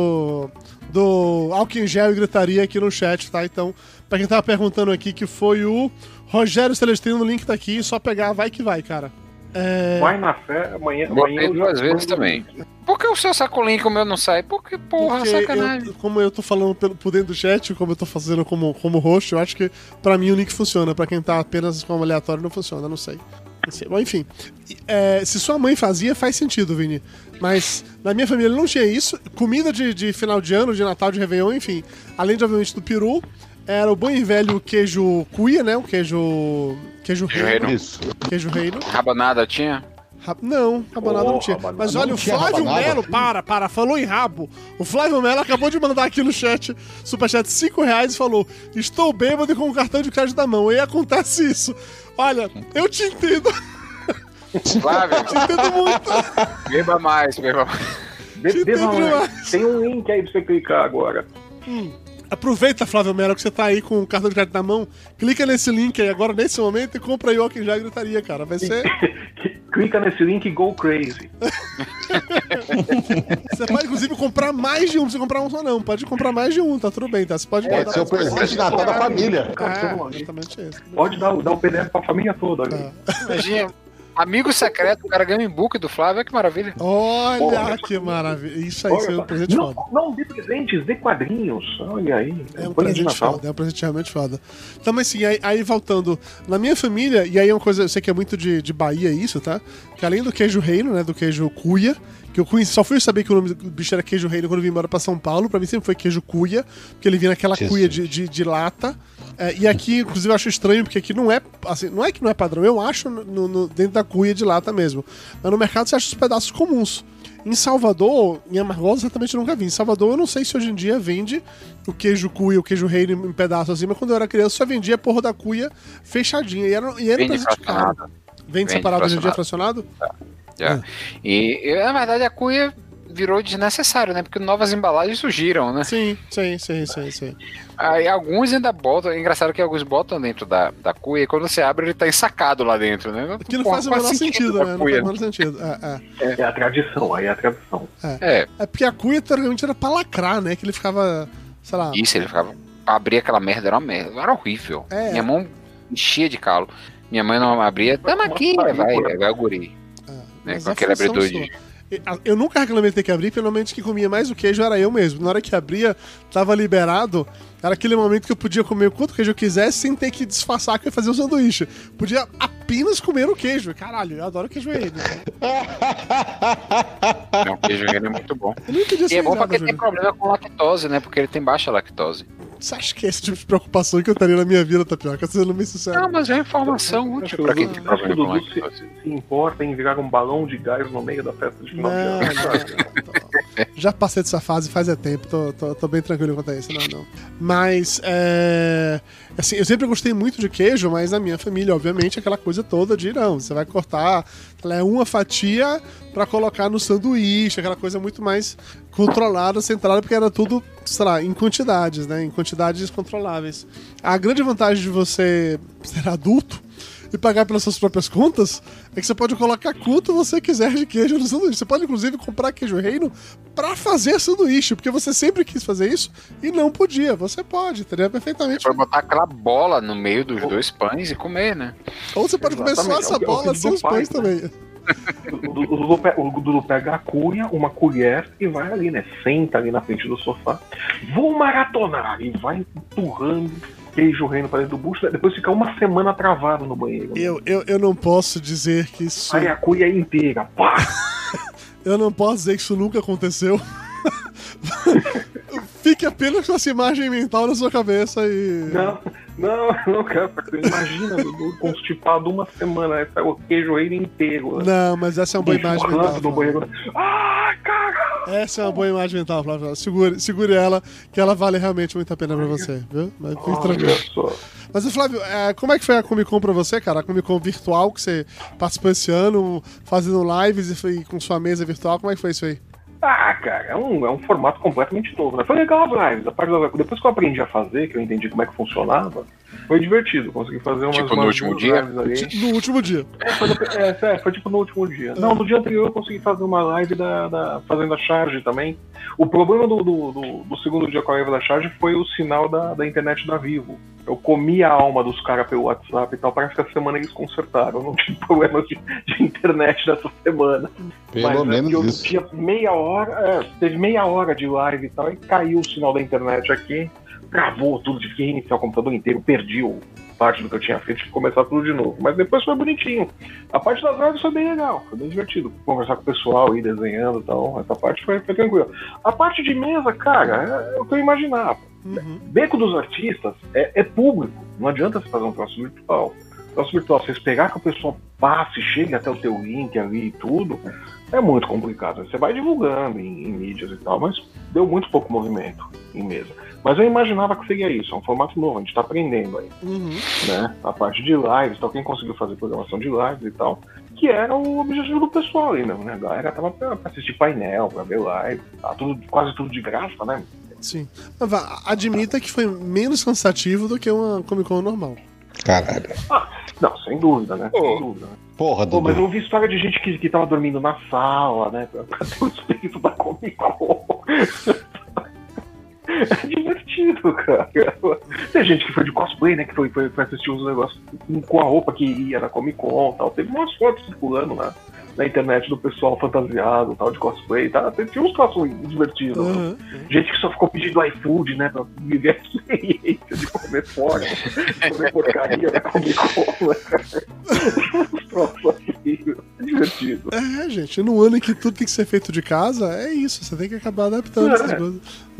do álcool em gel e gritaria aqui no chat, tá? Então, pra quem tava perguntando aqui, que foi o Rogério Celestino, o link tá aqui, só pegar, vai que vai, cara. Vai na fé, amanhã eu duas vezes também. Por que o seu sacolinho o meu não sai? Porque, porra, porque sacanagem. Como eu tô falando por dentro do chat, como eu tô fazendo como host, eu acho que pra mim o link funciona. Pra quem tá apenas como aleatório não funciona, não sei. Bom, enfim, se sua mãe fazia, faz sentido, Vini. Mas na minha família não tinha isso. Comida de final de ano, de Natal, de Réveillon, enfim. Além de, obviamente, do peru, era o bom e velho queijo cuia, né? O queijo reino. Isso. Queijo reino. Rabanada tinha? Não, rabanada não tinha. Mas olha, o Flávio Melo, falou em rabo. O Flávio Melo acabou de mandar aqui no chat, superchat, R$5 e falou: estou bêbado e com o cartão de crédito na mão. E acontece isso. Olha, eu te entendo. Flávio, te entendo muito. Beba mais. Beba mais. Tem um link aí pra você clicar agora. Aproveita, Flávio Melo, que você tá aí com o cartão de crédito na mão. Clica nesse link aí agora, nesse momento, e compra aí o Álcool em Gel e Gritaria, cara. Vai ser... Clica nesse link e go crazy. Você pode, inclusive, comprar mais de um. Não precisa comprar um só, não. Pode comprar mais de um, tá tudo bem, tá? Você pode Pode ser o presente de Natal da família. Exatamente isso. Pode dar o PDF pra família toda. Imagina. Amigo secreto, o cara ganha um e-book do Flávio, que maravilha. Olha que maravilha. Isso aí, isso é um presente foda. Não dê presentes, dê quadrinhos. Olha aí. É um presente foda, é um presente realmente foda. Então, mas assim, aí voltando, na minha família, e aí é uma coisa, eu sei que é muito de Bahia isso, tá? Que além do queijo reino, né, do queijo cuia, que eu só fui saber que o nome do bicho era queijo reino quando eu vim embora pra São Paulo. Pra mim sempre foi queijo cuia, porque ele vinha naquela cuia de lata. E aqui, inclusive, eu acho estranho, porque aqui não é, assim, não é que não é padrão, eu acho dentro da cuia de lata mesmo. Mas no mercado você acha os pedaços comuns. Em Salvador, em Amargosa, exatamente eu nunca vi. Em Salvador, eu não sei se hoje em dia vende o queijo cuia, o queijo reino em pedaços assim, mas quando eu era criança, só vendia a porra da cuia fechadinha. E era presente caro. Vende separado hoje em dia, fracionado? E, na verdade, a cuia virou desnecessário, né? Porque novas embalagens surgiram, né? Sim. Aí alguns ainda botam, é engraçado que alguns botam dentro da cuia e quando você abre ele tá ensacado lá dentro, né? Que não faz o menor sentido, né? Não faz o menor sentido. É a tradição, aí é a tradição. É porque a cuia, teoricamente, era pra lacrar, né? Que ele ficava, sei lá... Isso, ele ficava... Abrir aquela merda era uma merda, era horrível. Minha mão enchia de calo. Minha mãe não abria, tamo aqui, vai o guri. Né? Com aquele abridor de... Eu nunca reclamei de ter que abrir, pelo menos que comia mais o queijo era eu mesmo. Na hora que abria, tava liberado. Era aquele momento que eu podia comer o quanto queijo eu quisesse sem ter que disfarçar que eu ia fazer o sanduíche. Podia apenas comer o queijo. Caralho, eu adoro queijo reino. O queijo reino é muito bom. Eu não entendi e é bom porque tem problema com lactose, né? Porque ele tem baixa lactose. Você acha que é esse tipo de preocupação que eu teria na minha vida, Tapioca? Sendo bem sincero. Não, mas é informação útil pra quem tem problema com lactose. Se importa em virar um balão de gás no meio da festa de final de ano. Já passei dessa fase faz tempo, tô bem tranquilo quanto a isso, não. Mas, assim, eu sempre gostei muito de queijo, mas na minha família, obviamente, aquela coisa toda de, não, você vai cortar uma fatia pra colocar no sanduíche, aquela coisa muito mais controlada, centrada, porque era tudo, sei lá, em quantidades, né, em quantidades controláveis. A grande vantagem de você ser adulto e pagar pelas suas próprias contas é que você pode colocar quanto você quiser de queijo no sanduíche. Você pode, inclusive, comprar queijo reino pra fazer sanduíche, porque você sempre quis fazer isso e não podia. Você pode, teria perfeitamente. Você pode botar aquela bola no meio dos dois pães e comer, né? Ou você pode comer só essa bola sem os pães também. O Dudu pega a cuia, uma colher e vai ali, né? Senta ali na frente do sofá. Vou maratonar! E vai empurrando queijo reino para dentro do bucho, depois fica uma semana travado no banheiro. Eu não posso dizer que isso... Aí a cuia inteira, pá! Eu não posso dizer que isso nunca aconteceu. Fique apenas com essa imagem mental na sua cabeça e... Não, cara, imagina Dudu constipado uma semana, aí sai o queijo reino inteiro. Não, mas essa é uma boa imagem mental. No banheiro. Ai, cara! Essa é uma boa imagem mental, Flávio. Segure ela, que ela vale realmente muito a pena pra você, viu? Mas fique tranquilo. Mas, Flávio, como é que foi a Comic Con pra você, cara? A Comic Con virtual que você participou esse ano, fazendo lives e com sua mesa virtual, como é que foi isso aí? Cara, é um formato completamente novo, né? Foi legal as lives. Depois que eu aprendi a fazer, que eu entendi como é que funcionava, foi divertido. Consegui fazer umas no último dia? No último dia. Foi tipo no último dia. Não, no dia anterior eu consegui fazer uma live fazendo a charge também. O problema do segundo dia com a live da charge foi o sinal da internet da Vivo. Eu comi a alma dos caras pelo WhatsApp e tal, parece que a semana eles consertaram. Eu não tive problemas de internet dessa semana. Pelo menos eu isso. Tinha teve meia hora de live e tal, e caiu o sinal da internet aqui, travou tudo, tive que reiniciar o computador inteiro, perdi parte do que eu tinha feito, tive que começar tudo de novo. Mas depois foi bonitinho. A parte das lives foi bem legal, foi bem divertido. Conversar com o pessoal, ir desenhando e tal, essa parte foi tranquila. A parte de mesa, cara, é o que eu imaginava. Beco dos artistas é público, não adianta você fazer um troço virtual. negócio virtual, você esperar que o pessoal passe, chegue até o teu link ali e tudo, é muito complicado. Você vai divulgando em mídias e tal, mas deu muito pouco movimento em mesa. Mas eu imaginava que seria isso, é um formato novo, a gente tá aprendendo aí. Né? A parte de lives, então quem conseguiu fazer programação de lives e tal, que era o objetivo do pessoal ali, né? A galera tava pra assistir painel, pra ver live, tá quase tudo de graça, né? Sim. Admita que foi menos cansativo do que uma Comic Con normal. Caralho. Não, sem dúvida, né? Sem dúvida. Porra, Dudu. Mas eu ouvi história de gente que tava dormindo na sala, né? Pra ter o espírito da Comic Con. É divertido, cara. Tem gente que foi de cosplay, né? Que foi assistir uns negócios com a roupa que ia na Comic Con e tal. Teve umas fotos circulando na internet do pessoal fantasiado, tal, de cosplay, tá? Tinha uns troços divertidos. Gente que só ficou pedindo iFood, né? Pra viver a experiência de comer fora, comer porcaria na Comic Con, né? Uns troços assim, divertido. Gente, no ano em que tudo tem que ser feito de casa, é isso, você tem que acabar adaptando essas coisas.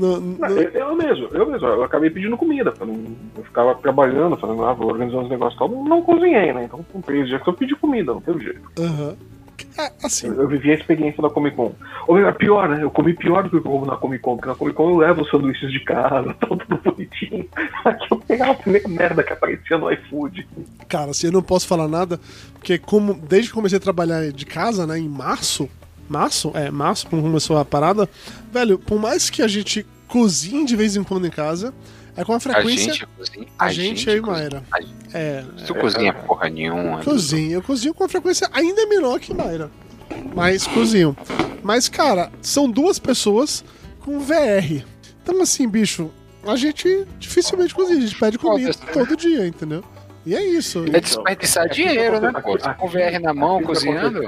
Eu acabei pedindo comida, eu ficava trabalhando, falando, vou organizar uns negócios e tal, não cozinhei, né? Então, com 3 dias que eu pedi comida, não teve jeito. Assim. Eu vivi a experiência da Comic Con. Ou melhor, pior, né? Eu comi pior do que eu como na Comic Con, porque na Comic Con eu levo os sanduíches de casa, tudo bonitinho. Aqui eu pegava a primeira merda que aparecia no iFood. Cara, assim, eu não posso falar nada, porque desde que comecei a trabalhar de casa, né, em março, quando começou a parada, velho, por mais que a gente cozinhe de vez em quando em casa, é com a frequência. A gente aí, Mayra. Tu cozinha porra nenhuma. Eu cozinho com a frequência ainda menor que Mayra. Mas cozinho. Mas, cara, são 2 pessoas com VR. Então, assim, bicho, a gente dificilmente cozinha. A gente pede comida todo dia, entendeu? E é isso. É desperdiçar dinheiro, né, pô? Com VR na mão, cozinhando.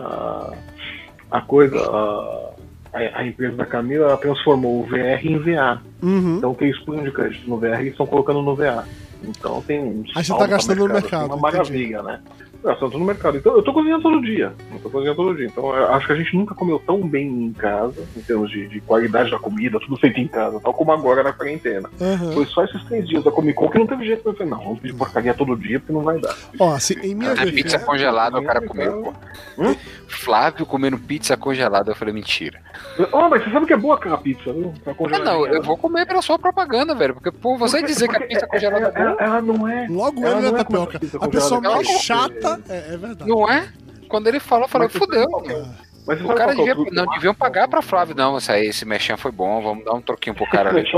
A empresa da Camila, ela transformou o VR em VA. Então o que eles põem de crédito no VR, eles estão colocando no VA. Então tem um. Aí você tá gastando no mercado. Uma maravilha, né? Gastando no mercado. Então eu tô cozinhando todo dia. Então eu acho que a gente nunca comeu tão bem em casa, em termos de qualidade da comida, tudo feito em casa, tal como agora na quarentena. Foi só esses 3 dias da Comic Con que não teve jeito. Eu falei, não, vamos pedir porcaria todo dia porque não vai dar. Ó, assim, em minha defesa, pizza congelada o cara comeu, pô. Flávio comendo pizza congelada, eu falei, mentira. Mas você sabe que é boa aquela pizza, viu? Não, eu vou comer pela sua propaganda, velho. Porque, pô, você dizer que a pizza congelada é boa. Ela não é. Logo ele na tapioca. A pessoa mais chata é verdade. Não é? Quando ele falou, eu falei, fudeu. Mas o cara deviam pagar pra Flávio. Não, esse mexão foi bom, vamos dar um troquinho pro cara ali.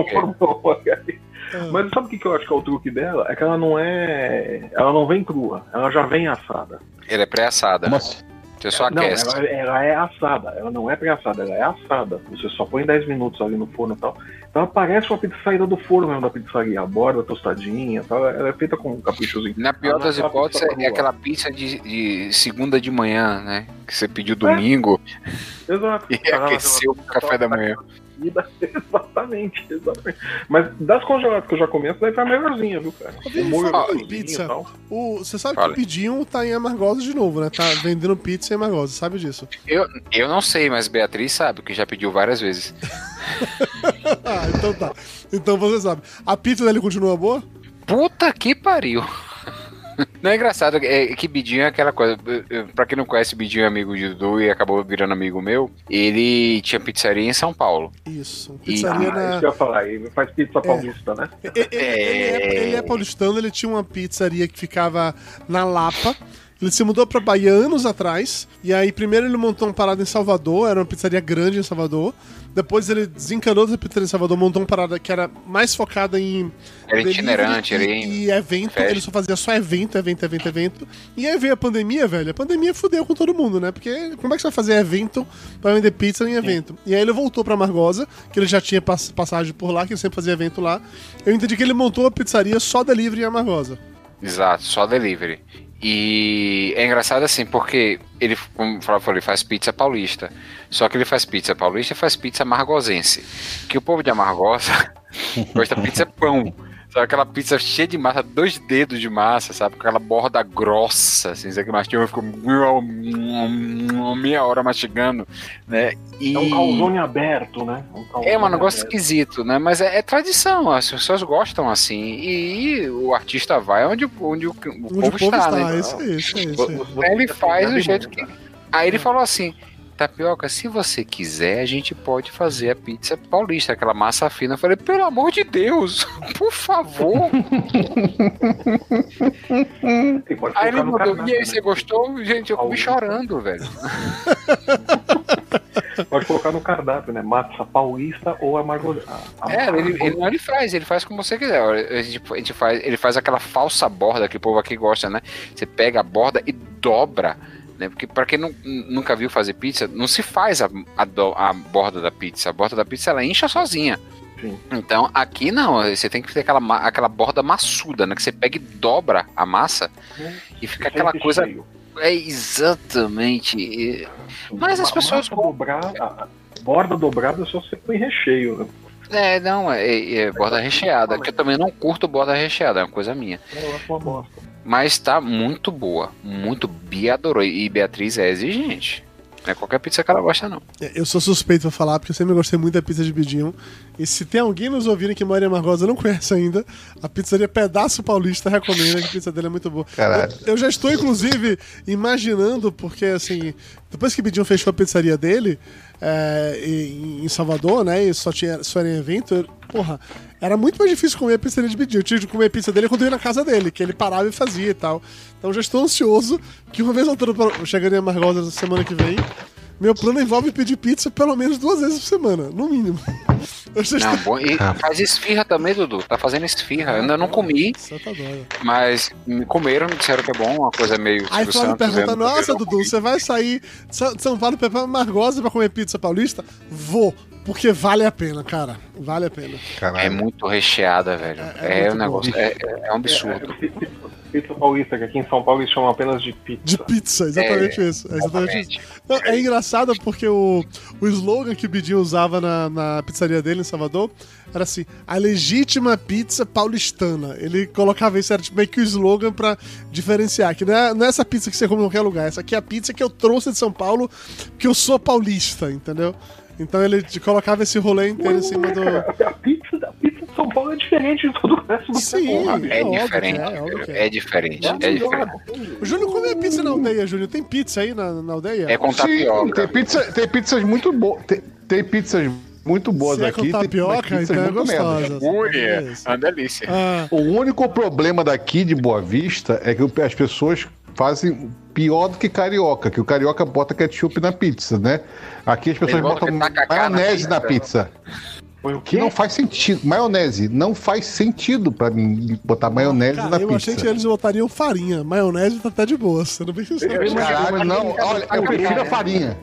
Mas sabe o que eu acho que é o truque dela? É que ela não vem crua, ela já vem assada. Ele é pré-assada. Você só aquece. Ela é assada, ela não é pré-assada, ela é assada. Você só põe 10 minutos ali no forno e tal. Então ela parece uma pizza saída do forno mesmo da pizzaria. A borda tostadinha, tal. Ela é feita com um caprichozinho. Na pior das hipóteses, é aquela pizza de segunda de manhã, né? Que você pediu domingo. Exato. E aqueceu o café da manhã. Exatamente. Mas das congeladas que eu já comi, essa daí foi a melhorzinha, viu, cara? Pizza. Você sabe que o Pidinho tá em Amargosa de novo, né? Tá vendendo pizza em Amargosa, sabe disso? Eu não sei, mas Beatriz sabe, que já pediu várias vezes. Então tá. Então você sabe. A pizza dele continua boa? Puta que pariu. Não é engraçado, que Bidinho é aquela coisa. Pra quem não conhece, Bidinho é amigo de Dudu e acabou virando amigo meu. Ele tinha pizzaria em São Paulo. Isso. Pizzaria isso que eu ia falar, ele faz pizza paulista, né? Ele é paulistano, ele tinha uma pizzaria que ficava na Lapa. Ele se mudou pra Bahia anos atrás. E aí, primeiro ele montou uma parada em Salvador. Era uma pizzaria grande em Salvador. Depois ele desencanou da pizzaria em Salvador. Montou uma parada que era mais focada em... Era itinerante. E evento. Festa. Ele só fazia só evento. E aí veio a pandemia, velho. A pandemia fudeu com todo mundo, né? Porque como é que você vai fazer evento pra vender pizza em evento? Sim. E aí ele voltou pra Amargosa, que ele já tinha passagem por lá, que ele sempre fazia evento lá. Eu entendi que ele montou uma pizzaria só delivery em Amargosa. Exato, só delivery. E é engraçado assim, porque ele, como eu falei, faz pizza paulista. Só que ele faz pizza paulista e faz pizza amargosense. Que o povo de Amargosa gosta de pizza pão. Sabe aquela pizza cheia de massa, 2 dedos de massa, sabe? Com aquela borda grossa, assim, sabe que mastiga, ficou meia hora mastigando, né? E... É um calzone aberto, né? É um negócio esquisito, né? Mas é tradição, as pessoas gostam assim. E o artista vai onde o povo está, né? Isso. Ele faz do jeito que... Aí ele falou assim: Tapioca, se você quiser, a gente pode fazer a pizza paulista, aquela massa fina. Eu falei, pelo amor de Deus, por favor. Aí ele mandou, e aí, você gostou? Gente, eu comi chorando, velho. Pode colocar no cardápio, né? Massa paulista ou amargurada. Ele faz como você quiser. Ele faz aquela falsa borda que o povo aqui gosta, né? Você pega a borda e dobra. Né? Porque pra quem nunca viu fazer pizza, não se faz a borda da pizza. A borda da pizza ela incha sozinha. Sim. Então aqui não, você tem que ter aquela borda maçuda, né? Que você pega e dobra a massa e fica aquela coisa. Cheio. É exatamente. Mas as pessoas. Borda dobrada só você põe recheio, né? É borda recheada, que eu também não curto borda recheada, é uma coisa minha. Eu acho uma bosta. Mas tá muito boa, muito. Bia adorou, e Beatriz é exigente. Não é qualquer pizza que ela gosta, não. Eu sou suspeito pra falar, porque eu sempre gostei muito da pizza de Bidinho. E se tem alguém nos ouvindo que Maria Margosa não conhece ainda, a pizzaria Pedaço Paulista recomenda, que a pizza dele é muito boa. Eu já estou, inclusive, imaginando, porque, assim, depois que Bidinho fechou a pizzaria dele, em Salvador, né, e só era em evento, porra, era muito mais difícil comer a pizzaria de Bidinho. Eu tive de comer a pizza dele quando eu ia na casa dele, que ele parava e fazia e tal. Então já estou ansioso que uma vez chegando em Margosa na semana que vem, meu plano envolve pedir pizza pelo menos 2 vezes por semana, no mínimo. Não, bom, e faz esfirra também, Dudu. Tá fazendo esfirra. Eu ainda não comi, mas me comeram, me disseram que é bom, uma coisa meio... Aí Flávio pergunta, nossa, Dudu, você vai sair de São Paulo pra Margosa pra comer pizza paulista? Vou, porque vale a pena, cara. Vale a pena. Caralho. É muito recheada, velho. É um negócio, é um absurdo. Pizza paulista, que aqui em São Paulo eles chamam apenas de pizza. De pizza, exatamente isso. Exatamente isso. Não, é engraçado porque o slogan que o Bidinho usava na pizzaria dele em Salvador era assim, a legítima pizza paulistana. Ele colocava isso, era tipo meio que o slogan pra diferenciar, que não é essa pizza que você come em qualquer lugar, essa aqui é a pizza que eu trouxe de São Paulo, porque eu sou paulista, entendeu? Então ele colocava esse rolê inteiro em cima do... A pizza de São Paulo é diferente de todo o resto do Mundo. É diferente. O Júnior come a pizza na aldeia, Júnior. Tem pizza aí na aldeia? É com tapioca. Tem pizzas muito boas. Tem pizzas muito boas aqui. É com tapioca, então é gostosa. É uma delícia. O único problema daqui de Boa Vista é que as pessoas fazem pior do que carioca, que o carioca bota ketchup na pizza, né? Aqui as pessoas botam maionese na pizza. Que não faz sentido. Maionese. Não faz sentido pra mim botar maionese na pizza. Eu achei que eles botariam farinha. Maionese tá até de boa. Sendo bem sincero. Caralho, não. Olha, eu prefiro a farinha.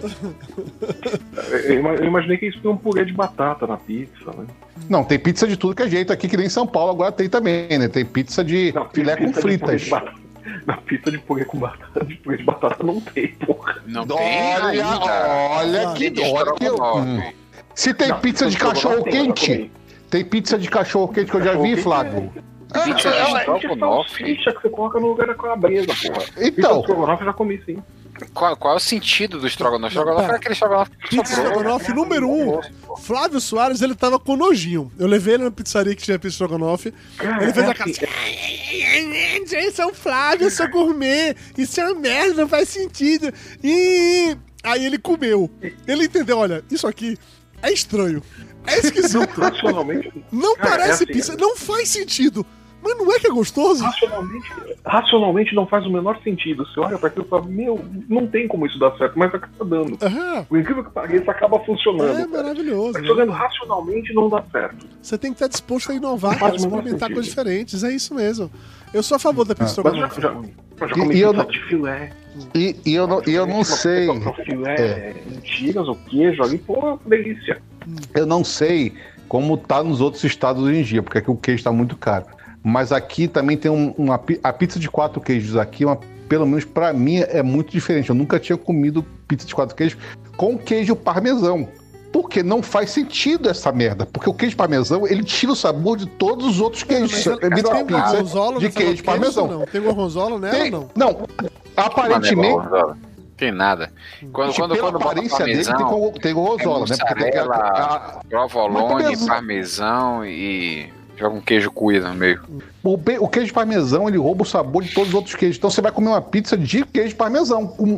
Eu imaginei que eles põem um purê de batata na pizza, né? Não, tem pizza de tudo que é jeito aqui, que nem em São Paulo agora tem também, né? Tem pizza de filé com fritas. Na pizza de purê com batata, de purê de batata não tem, porra. Não tem ainda. Olha que Se tem pizza de cachorro quente, tem pizza de cachorro quente que eu já vi, Flávio. Pizza de estrogonofe. Ficha que você coloca no lugar da calabresa, porra. Então. Estrogonofe eu já comi, sim. Qual é o sentido do estrogonofe? Estrogonofe é aquele estrogonofe que pizza estrogonofe número 1. Flávio Soares, ele tava com nojinho. Eu levei ele na pizzaria que tinha pizza estrogonofe. Ele fez a casa. Gente, é o Flávio, eu sou gourmet. Isso é uma merda, não faz sentido. E aí ele comeu. Ele entendeu, olha, isso aqui é estranho. É esquisito. Não parece pizza, não faz sentido. Mas não é que é gostoso? Racionalmente não faz o menor sentido. Você olha pra aquilo e fala, não tem como isso dar certo, mas acaba dando. O incrível que pareça acaba funcionando. É maravilhoso. Mas olhando racionalmente não dá certo. Você tem que estar disposto a inovar, a experimentar coisas diferentes. É isso mesmo. Eu sou a favor da pizza estrogonofe. Já comi pizza de filé. E eu não sei. Filé, tiras o queijo ali, pô, delícia. Eu não sei como tá nos outros estados hoje em dia, porque aqui o queijo tá muito caro. Mas aqui também tem a pizza de 4 queijos aqui, pelo menos pra mim, é muito diferente. Eu nunca tinha comido pizza de 4 queijos com queijo parmesão. Porque não faz sentido essa merda. Porque o queijo parmesão, ele tira o sabor de todos os outros queijos. Vira uma pizza de queijo parmesão. Não. Tem gorgonzola nela ou não? Não. Aparentemente... Tem nada. Quando pela aparência dele tem gorgonzola, né? Mussarela, provolone, parmesão e joga um queijo cuia no meio. O queijo parmesão, ele rouba o sabor de todos os outros queijos. Então você vai comer uma pizza de queijo parmesão com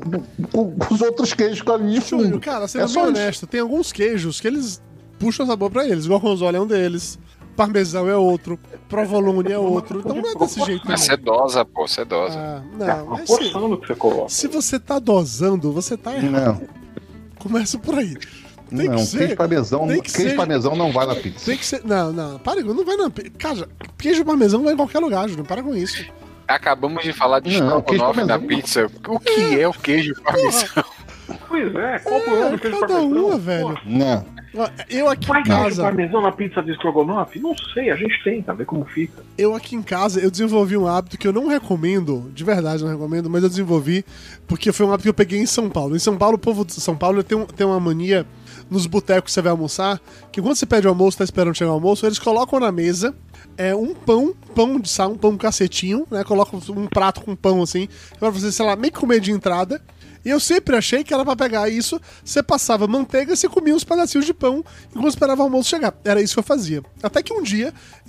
os outros queijos que ali de fundo. Cara, sendo bem honesto, tem alguns queijos que eles puxam sabor pra eles. Gorgonzola é um deles. Parmesão é outro, provolone é outro, então não é desse jeito. Mas sedosa, pô, sedosa. Não, mas forçando que você coloca. Se você tá dosando, você tá errado. Não. Começa por aí. Tem não, que ser, queijo parmesão não vai na pizza. Tem que ser. Não, para, não vai na pizza. Cara, queijo parmesão vai em qualquer lugar, Júnior, para com isso. Acabamos de falar de estrogonofe na pizza. O que é o queijo parmesão? Pois é, qual o problema do queijo cada parmesão? uma, velho. Não. Eu aqui Vai em casa. queijo parmesão na pizza de estrogonofe? Não sei, a gente tenta, ver como fica. Eu aqui em casa, eu desenvolvi um hábito que eu não recomendo, de verdade não recomendo, mas eu desenvolvi porque foi um hábito que eu peguei em São Paulo. Em São Paulo, o povo de São Paulo tem uma mania nos botecos que você vai almoçar, que quando você pede o almoço, tá esperando chegar o almoço, eles colocam na mesa um pão de sal, um pão cacetinho, né? Colocam um prato com pão assim, pra você, sei lá, meio que comer de entrada. E eu sempre achei que era pra pegar isso, você passava manteiga e você comia uns pedacinhos de pão enquanto esperava o almoço chegar. Era isso que eu fazia. Até que um dia,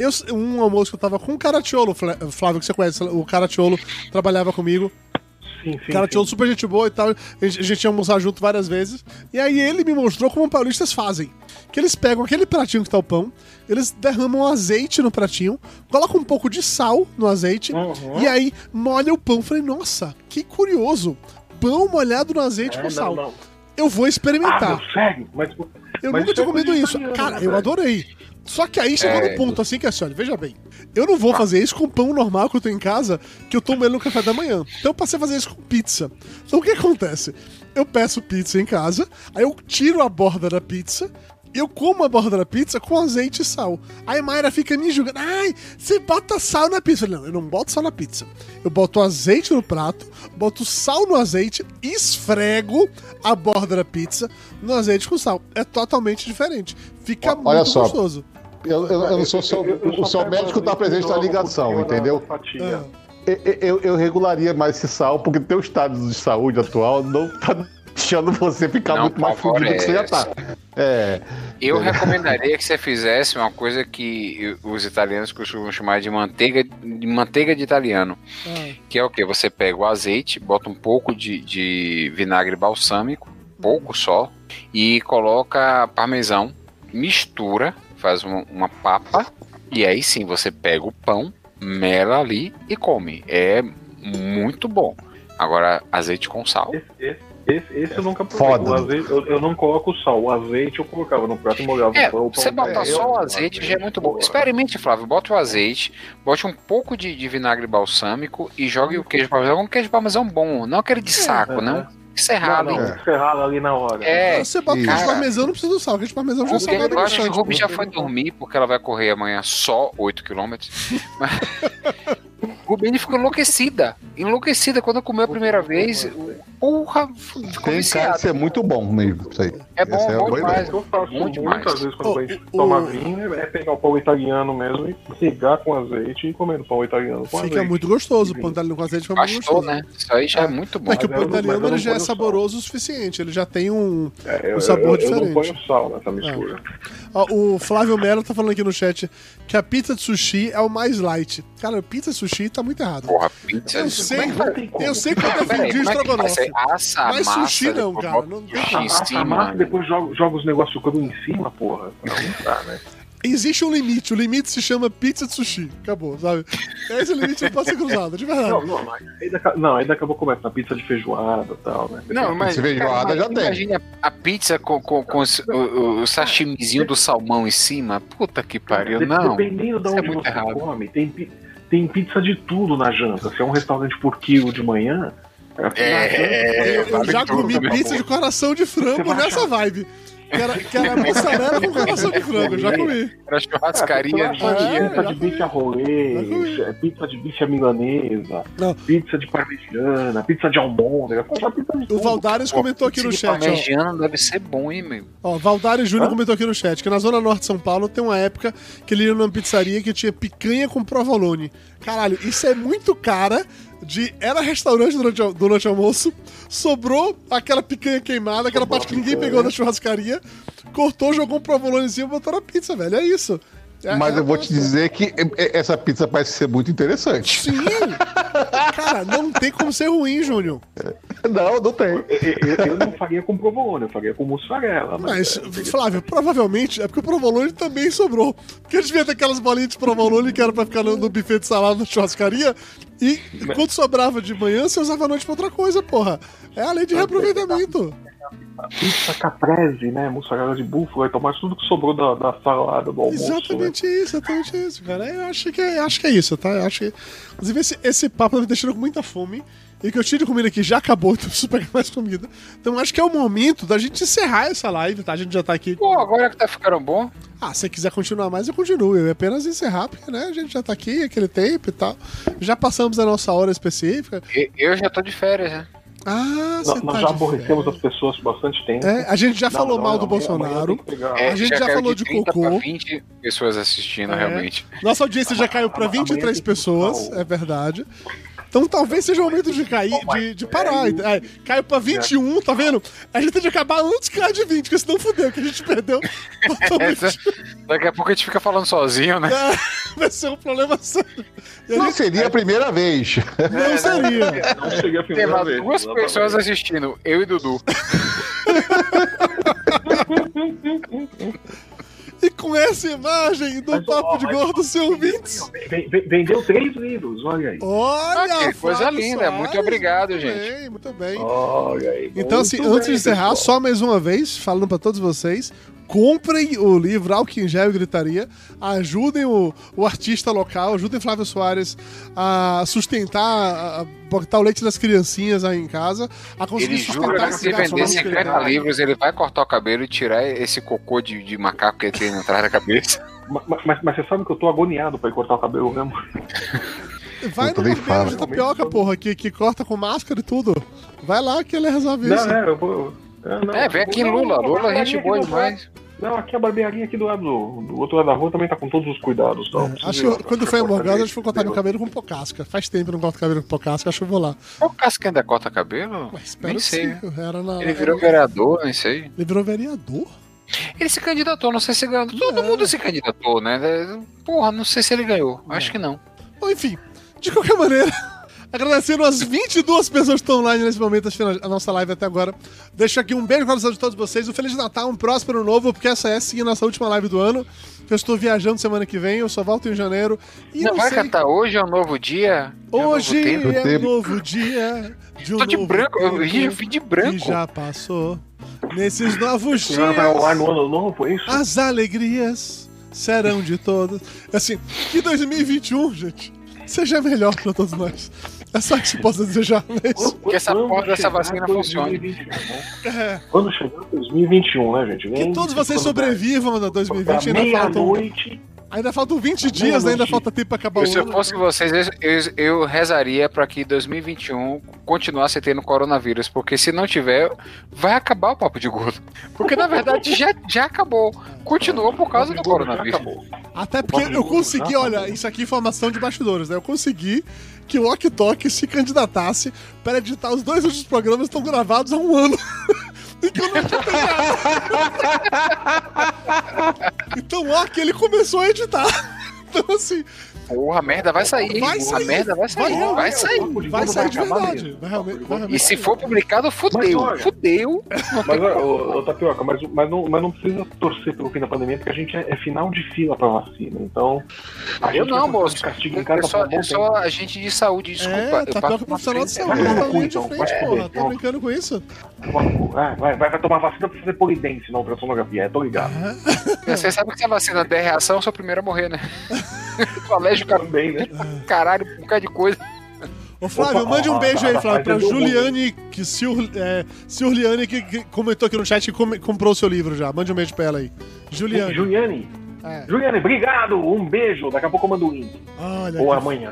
um almoço que eu tava com o Caracciolo, Flávio, que você conhece, o Caracciolo trabalhava comigo. Sim, Caracciolo, super gente boa e tal. A gente ia almoçar junto várias vezes. E aí ele me mostrou como paulistas fazem. Que eles pegam aquele pratinho que tá o pão, eles derramam azeite no pratinho, colocam um pouco de sal no azeite, e aí molha o pão. Falei, nossa, que curioso. Pão molhado no azeite com sal. Não. Eu vou experimentar. Sério? Eu nunca tinha comido isso. Cara, eu adorei. Só que aí chegou no ponto assim que assim, olha, veja bem, eu não vou fazer isso com pão normal que eu tenho em casa, que eu tomo ele no café da manhã. Então eu passei a fazer isso com pizza. Então o que acontece? Eu peço pizza em casa, aí eu tiro a borda da pizza, eu como a borda da pizza com azeite e sal. Aí Mayra fica me julgando. Ai, você bota sal na pizza. Não, eu não boto sal na pizza. Eu boto azeite no prato, boto sal no azeite, esfrego a borda da pizza no azeite com sal. É totalmente diferente. Fica muito gostoso. Eu não sou o seu médico tá presente na ligação, entendeu? Eu regularia mais esse sal, porque teu estado de saúde atual não tá deixando você ficar muito mais fudido do que você já tá. Eu recomendaria que você fizesse uma coisa que os italianos costumam chamar de manteiga de italiano. Que é o quê? Você pega o azeite, bota um pouco de vinagre balsâmico, pouco só, e coloca parmesão, mistura, faz uma papa, e aí sim você pega o pão, mela ali e come. É muito bom. Agora, azeite com sal. Esse eu nunca provei. O azeite, eu não coloco sal. O azeite eu colocava no prato e molhava o pão. Você botar só o azeite já é muito bom. Experimente, Flávio. Bota o azeite, bote um pouco de vinagre balsâmico e jogue o queijo parmesão. Um queijo parmesão bom, não aquele de saco, não. Cerrado. Cerrado ali na hora. Você bota o queijo parmesão, não precisa do sal. O queijo parmesão já salgado. Eu acho que o Ruby já foi dormir porque ela vai correr amanhã só 8 km. O Rubini ficou enlouquecida quando eu comi a primeira vez. Porra, ficou viciado. Isso é muito bom mesmo, isso aí. É bom, bom demais. Eu faço muitas vezes quando a gente toma vinho, é pegar o pão italiano mesmo e regar com azeite e comer o pão italiano com azeite. Fica muito gostoso, o pão italiano com azeite fica muito gostoso. Né? Isso aí já é muito bom. É que o pão italiano ele já é saboroso o suficiente, ele já tem um sabor diferente. Eu não ponho sal nessa mistura. O Flávio Melo tá falando aqui no chat que a pizza de sushi é o mais light. Cara, pizza de sushi tá muito errado. Porra, pizza de sushi. Eu sei que eu defendi o estrogonofe. Mas sushi não, cara. Não tem assa a massa e depois joga os negócios cru em cima, porra. Não dá, né? Existe um limite, o limite se chama pizza de sushi. Acabou, sabe? Esse limite não pode ser cruzado, de verdade. Ainda acabou começando a pizza de feijoada e tal, né? Não, mas feijoada já tem. Imagina a pizza com o sashimizinho do salmão em cima. Puta que pariu, não. Dependendo de onde você come, tem pizza de tudo na janta. Se é um restaurante por quilo de manhã... Eu já comi pizza de coração de frango nessa vibe. Que era mussarela com coração de frango, já comi. Era churrascaria. Pizza de bife a rolê, pizza de bife a milanesa, pizza de parmegiana, pizza de almôndega. O Valdares comentou aqui no chat. Parmegiana deve ser bom, hein, meu? Ó, Valdares Júnior comentou aqui no chat que na Zona Norte de São Paulo tem uma época que ele ia numa pizzaria que tinha picanha com provolone. Caralho, isso é muito cara. Era restaurante durante o almoço, sobrou aquela picanha queimada, aquela parte que ninguém pegou na churrascaria, cortou, jogou um provolone em cima e botou na pizza, velho. É isso. Mas eu vou te dizer que essa pizza parece ser muito interessante. Sim! Cara, não tem como ser ruim, Júnior. Não tem. Eu não faria com provolone, eu faria com mussarela. Mas Flávio, provavelmente é porque o provolone também sobrou. Porque eles devia ter aquelas bolinhas de provolone que era pra ficar no buffet de salada na churrascaria. E quando sobrava de manhã, você usava à noite pra outra coisa, porra. É a lei de reaproveitamento. Pizza caprese, né? Mussarela de búfalo, vai tomar tudo que sobrou da salada do almoço. Exatamente isso, cara. Eu acho que é isso, tá? Eu acho que... Inclusive, esse papo tá me deixando com muita fome. E que eu tive de comida aqui já acabou, então preciso pegar mais comida. Então acho que é o momento da gente encerrar essa live, tá? A gente já tá aqui. Pô, agora que tá ficando bom. Ah, se você quiser continuar mais, eu continuo. Eu ia apenas encerrar, porque, né, a gente já tá aqui, aquele tempo e tal. Já passamos a nossa hora específica. Eu já tô de férias, né? Ah, você nós já aborrecemos as pessoas por bastante tempo. A gente já falou mal do Bolsonaro. A gente já falou de cocô. 20 pessoas assistindo, realmente. Nossa audiência já caiu pra 23 pessoas, é verdade. Então talvez seja o momento de cair, de parar. Caiu pra 21, tá vendo? A gente tem de acabar antes que cair de 20, porque senão fudeu, que a gente perdeu. Daqui a pouco a gente fica falando sozinho, né? Vai ser um problema sério. Não seria a primeira vez. Não seria. Não seria a primeira vez. Duas pessoas assistindo, eu e Dudu. E com essa imagem do Papo de Gordo, seus ouvintes. Vendeu 3 livros, olha aí. Olha, que coisa linda. Muito obrigado, gente. Muito bem. Olha aí. Então, assim, antes de encerrar, só mais uma vez, falando pra todos vocês, comprem o livro Álcool em Gel e Gritaria, ajudem o artista local, ajudem Flávio Soares a sustentar, a botar o leite das criancinhas aí em casa, a conseguir ele sustentar jura que se vender 50 livros, ele vai cortar o cabelo e tirar esse cocô de macaco que ele tem atrás da cabeça. Mas você sabe que eu tô agoniado pra ir cortar o cabelo mesmo. Vai no barbeiro de tapioca, porra, que corta com máscara e tudo. Vai lá que ele resolve isso. Eu vou... vem aqui em Lula. Lula é gente boa demais. Não, aqui a barbearia aqui do outro lado da rua também tá com todos os cuidados. Então, acho que quando foi em Morgado, acho que foi cortar meu cabelo com pocasca. Faz tempo que eu não corto cabelo com pocasca, acho que eu vou lá. Pocasca ainda corta cabelo? Nem sei. Ele virou vereador, nem sei. Ele virou vereador? Ele se candidatou, não sei se ganhou. Todo mundo se candidatou, né? Porra, não sei se ele ganhou. Acho que não. Bom, enfim, de qualquer maneira... Agradecendo as 22 pessoas que estão online nesse momento, assistindo a nossa live até agora. Deixo aqui um beijo no coração de todos vocês. Um Feliz Natal, um próspero novo, porque essa é a nossa última live do ano. Eu estou viajando semana que vem, eu só volto em janeiro. E não vai cantar hoje é um novo dia? Hoje é um novo dia. Tô de branco, eu vim de branco. Que já passou. Nesses novos dias. Vai ao ar no ano novo, é isso? As alegrias serão de todos. Assim, que 2021, gente, seja melhor para todos nós. É só que se possa desejar mesmo. Que essa porra dessa vacina funcione. Quando chegar 2021, né, gente? Que todos vocês sobrevivam a 2020. Ainda faltam 20 dias, né? Ainda falta tempo pra acabar o ano. Se eu fosse vocês, eu rezaria pra que 2021 continuasse tendo coronavírus, porque se não tiver, vai acabar o Papo de Gordo. Porque na verdade já acabou. Continuou por causa do coronavírus. Até porque eu consegui, olha, isso aqui é informação de bastidores, né? Eu consegui que o Ok Tok se candidatasse para editar os 2 últimos programas que estão gravados há um ano. E que eu não tinha nada. Então, ó, que ele começou a editar. Então, assim... Porra, a merda vai sair. A merda vai sair. Vai sair de verdade. E se for publicado, fudeu. Fudeu. Mas, Tapioca, mas não precisa torcer pelo fim da pandemia, porque a gente é final de fila pra vacina. Então. Eu não, moço. É só agente de saúde, desculpa. Tapioca profissional de saúde. Tá linha de frente, porra. Tá brincando com isso? Vai tomar vacina pra fazer polidense na ultrassonografia, tô ligado. Você sabe que se a vacina der reação, eu sou o primeiro a morrer, né? O alérgico também, né? Caralho, um bocado de coisa. Ô, Flávio, mande um beijo aí, Flávio, pra Juliane, Ciurliane, que comentou aqui no chat que comprou o seu livro já. Mande um beijo pra ela aí. Juliane? Juliane, obrigado, um beijo. Daqui a pouco eu mando um link. Ou amanhã.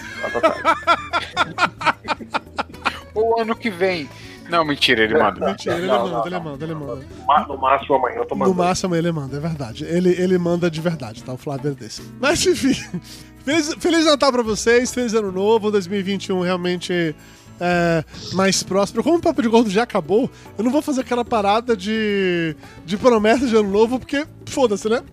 Ou ano que vem. Não, mentira, ele manda. Mentira, ele manda. No máximo amanhã eu tô mandando. No máximo ele manda, é verdade. Ele manda de verdade, tá? O Flávio é desse. Mas enfim, feliz Natal pra vocês, feliz Ano Novo, 2021 realmente mais próximo. Como o Papo de Gordo já acabou, eu não vou fazer aquela parada de promessa de Ano Novo, porque foda-se, né?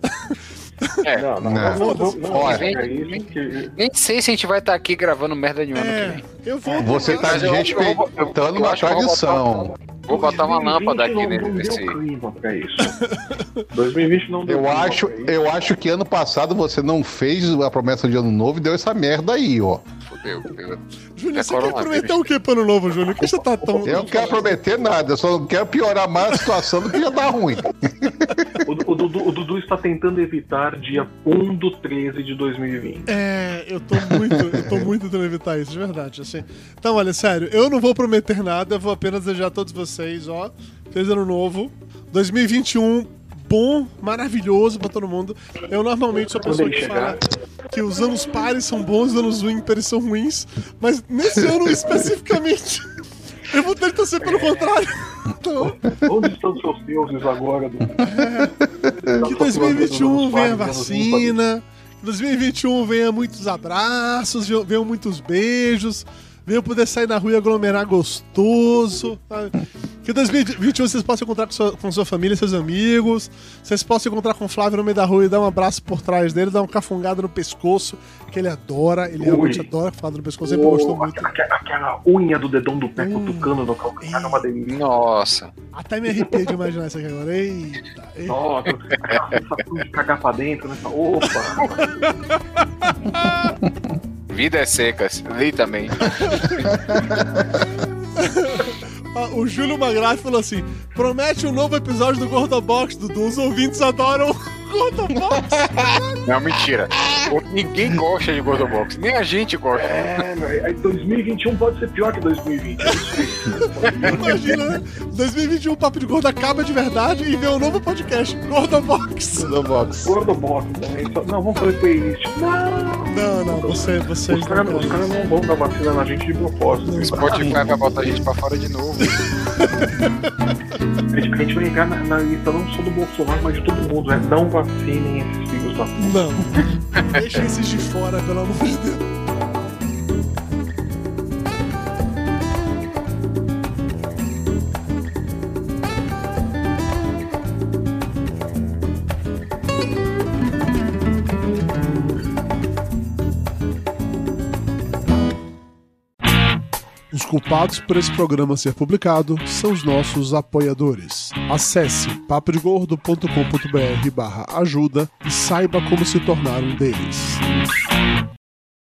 Nem sei se a gente vai estar aqui gravando merda nenhuma ano que vem. Você tá respeitando uma tradição. Vou botar uma lâmpada aqui nesse. 2020 não deu. Eu acho que ano passado você não fez a promessa de Ano Novo e deu essa merda aí, ó. Fudeu. Júlio, você quer prometer o que pro Ano Novo, Júlio? Por que você tá tão... Eu não quero prometer nada, eu só não quero piorar mais a situação do que já dá ruim. O Dudu está tentando evitar dia 1/13 de 2020. Eu tô muito tentando evitar isso, de verdade. Assim. Então, olha, sério, eu não vou prometer nada, eu vou apenas desejar a todos vocês, ó, feliz Ano Novo, 2021 bom, maravilhoso pra todo mundo. Eu normalmente sou a pessoa que fala que os anos pares são bons, os anos ímpares são ruins, mas nesse ano especificamente eu vou ter que torcer pelo contrário. Então, onde estão os seus deuses agora? Que 2021 venha vacina, que 2021 venha muitos abraços, venham muitos beijos, venham poder sair na rua e aglomerar gostoso. Sabe? Que 2021 vocês possam encontrar com sua família, seus amigos. Vocês possam encontrar com o Flávio no meio da rua e dar um abraço por trás dele, dar uma cafungada no pescoço, que ele adora. Ele realmente adora cafungada no pescoço, sempre gostou muito. Aquela unha do dedão do pé cutucando no calcanhar é uma delícia. Nossa. Até me arrepiei de imaginar isso aqui agora. Eita. Nossa, aquela sensação de cagar pra dentro, né? Opa! Vidas secas, literalmente. O Júlio Magraf falou assim: promete um novo episódio do Gordobox, Dudu. Os ouvintes adoram o Gordobox. Não, mentira. Ninguém gosta de Gordobox. Nem a gente gosta. 2021 pode ser pior que 2020. Imagina, né? 2021 o Papo de Gordo acaba de verdade e vem um novo podcast, Gordobox. Gordobox também. Não, vamos fazer playlist. Não, vocês os caras não vão dar vacina na gente de propósito. O Spotify vai botar a gente pra fora de novo. A gente vai entrar na lista não só do Bolsonaro, mas de todo mundo. Não vacinem esses filhos da puta. Não. Deixa esses de fora, pelo amor de Deus. Os culpados por esse programa ser publicado são os nossos apoiadores. Acesse papodegordo.com.br/ajuda e saiba como se tornar um deles.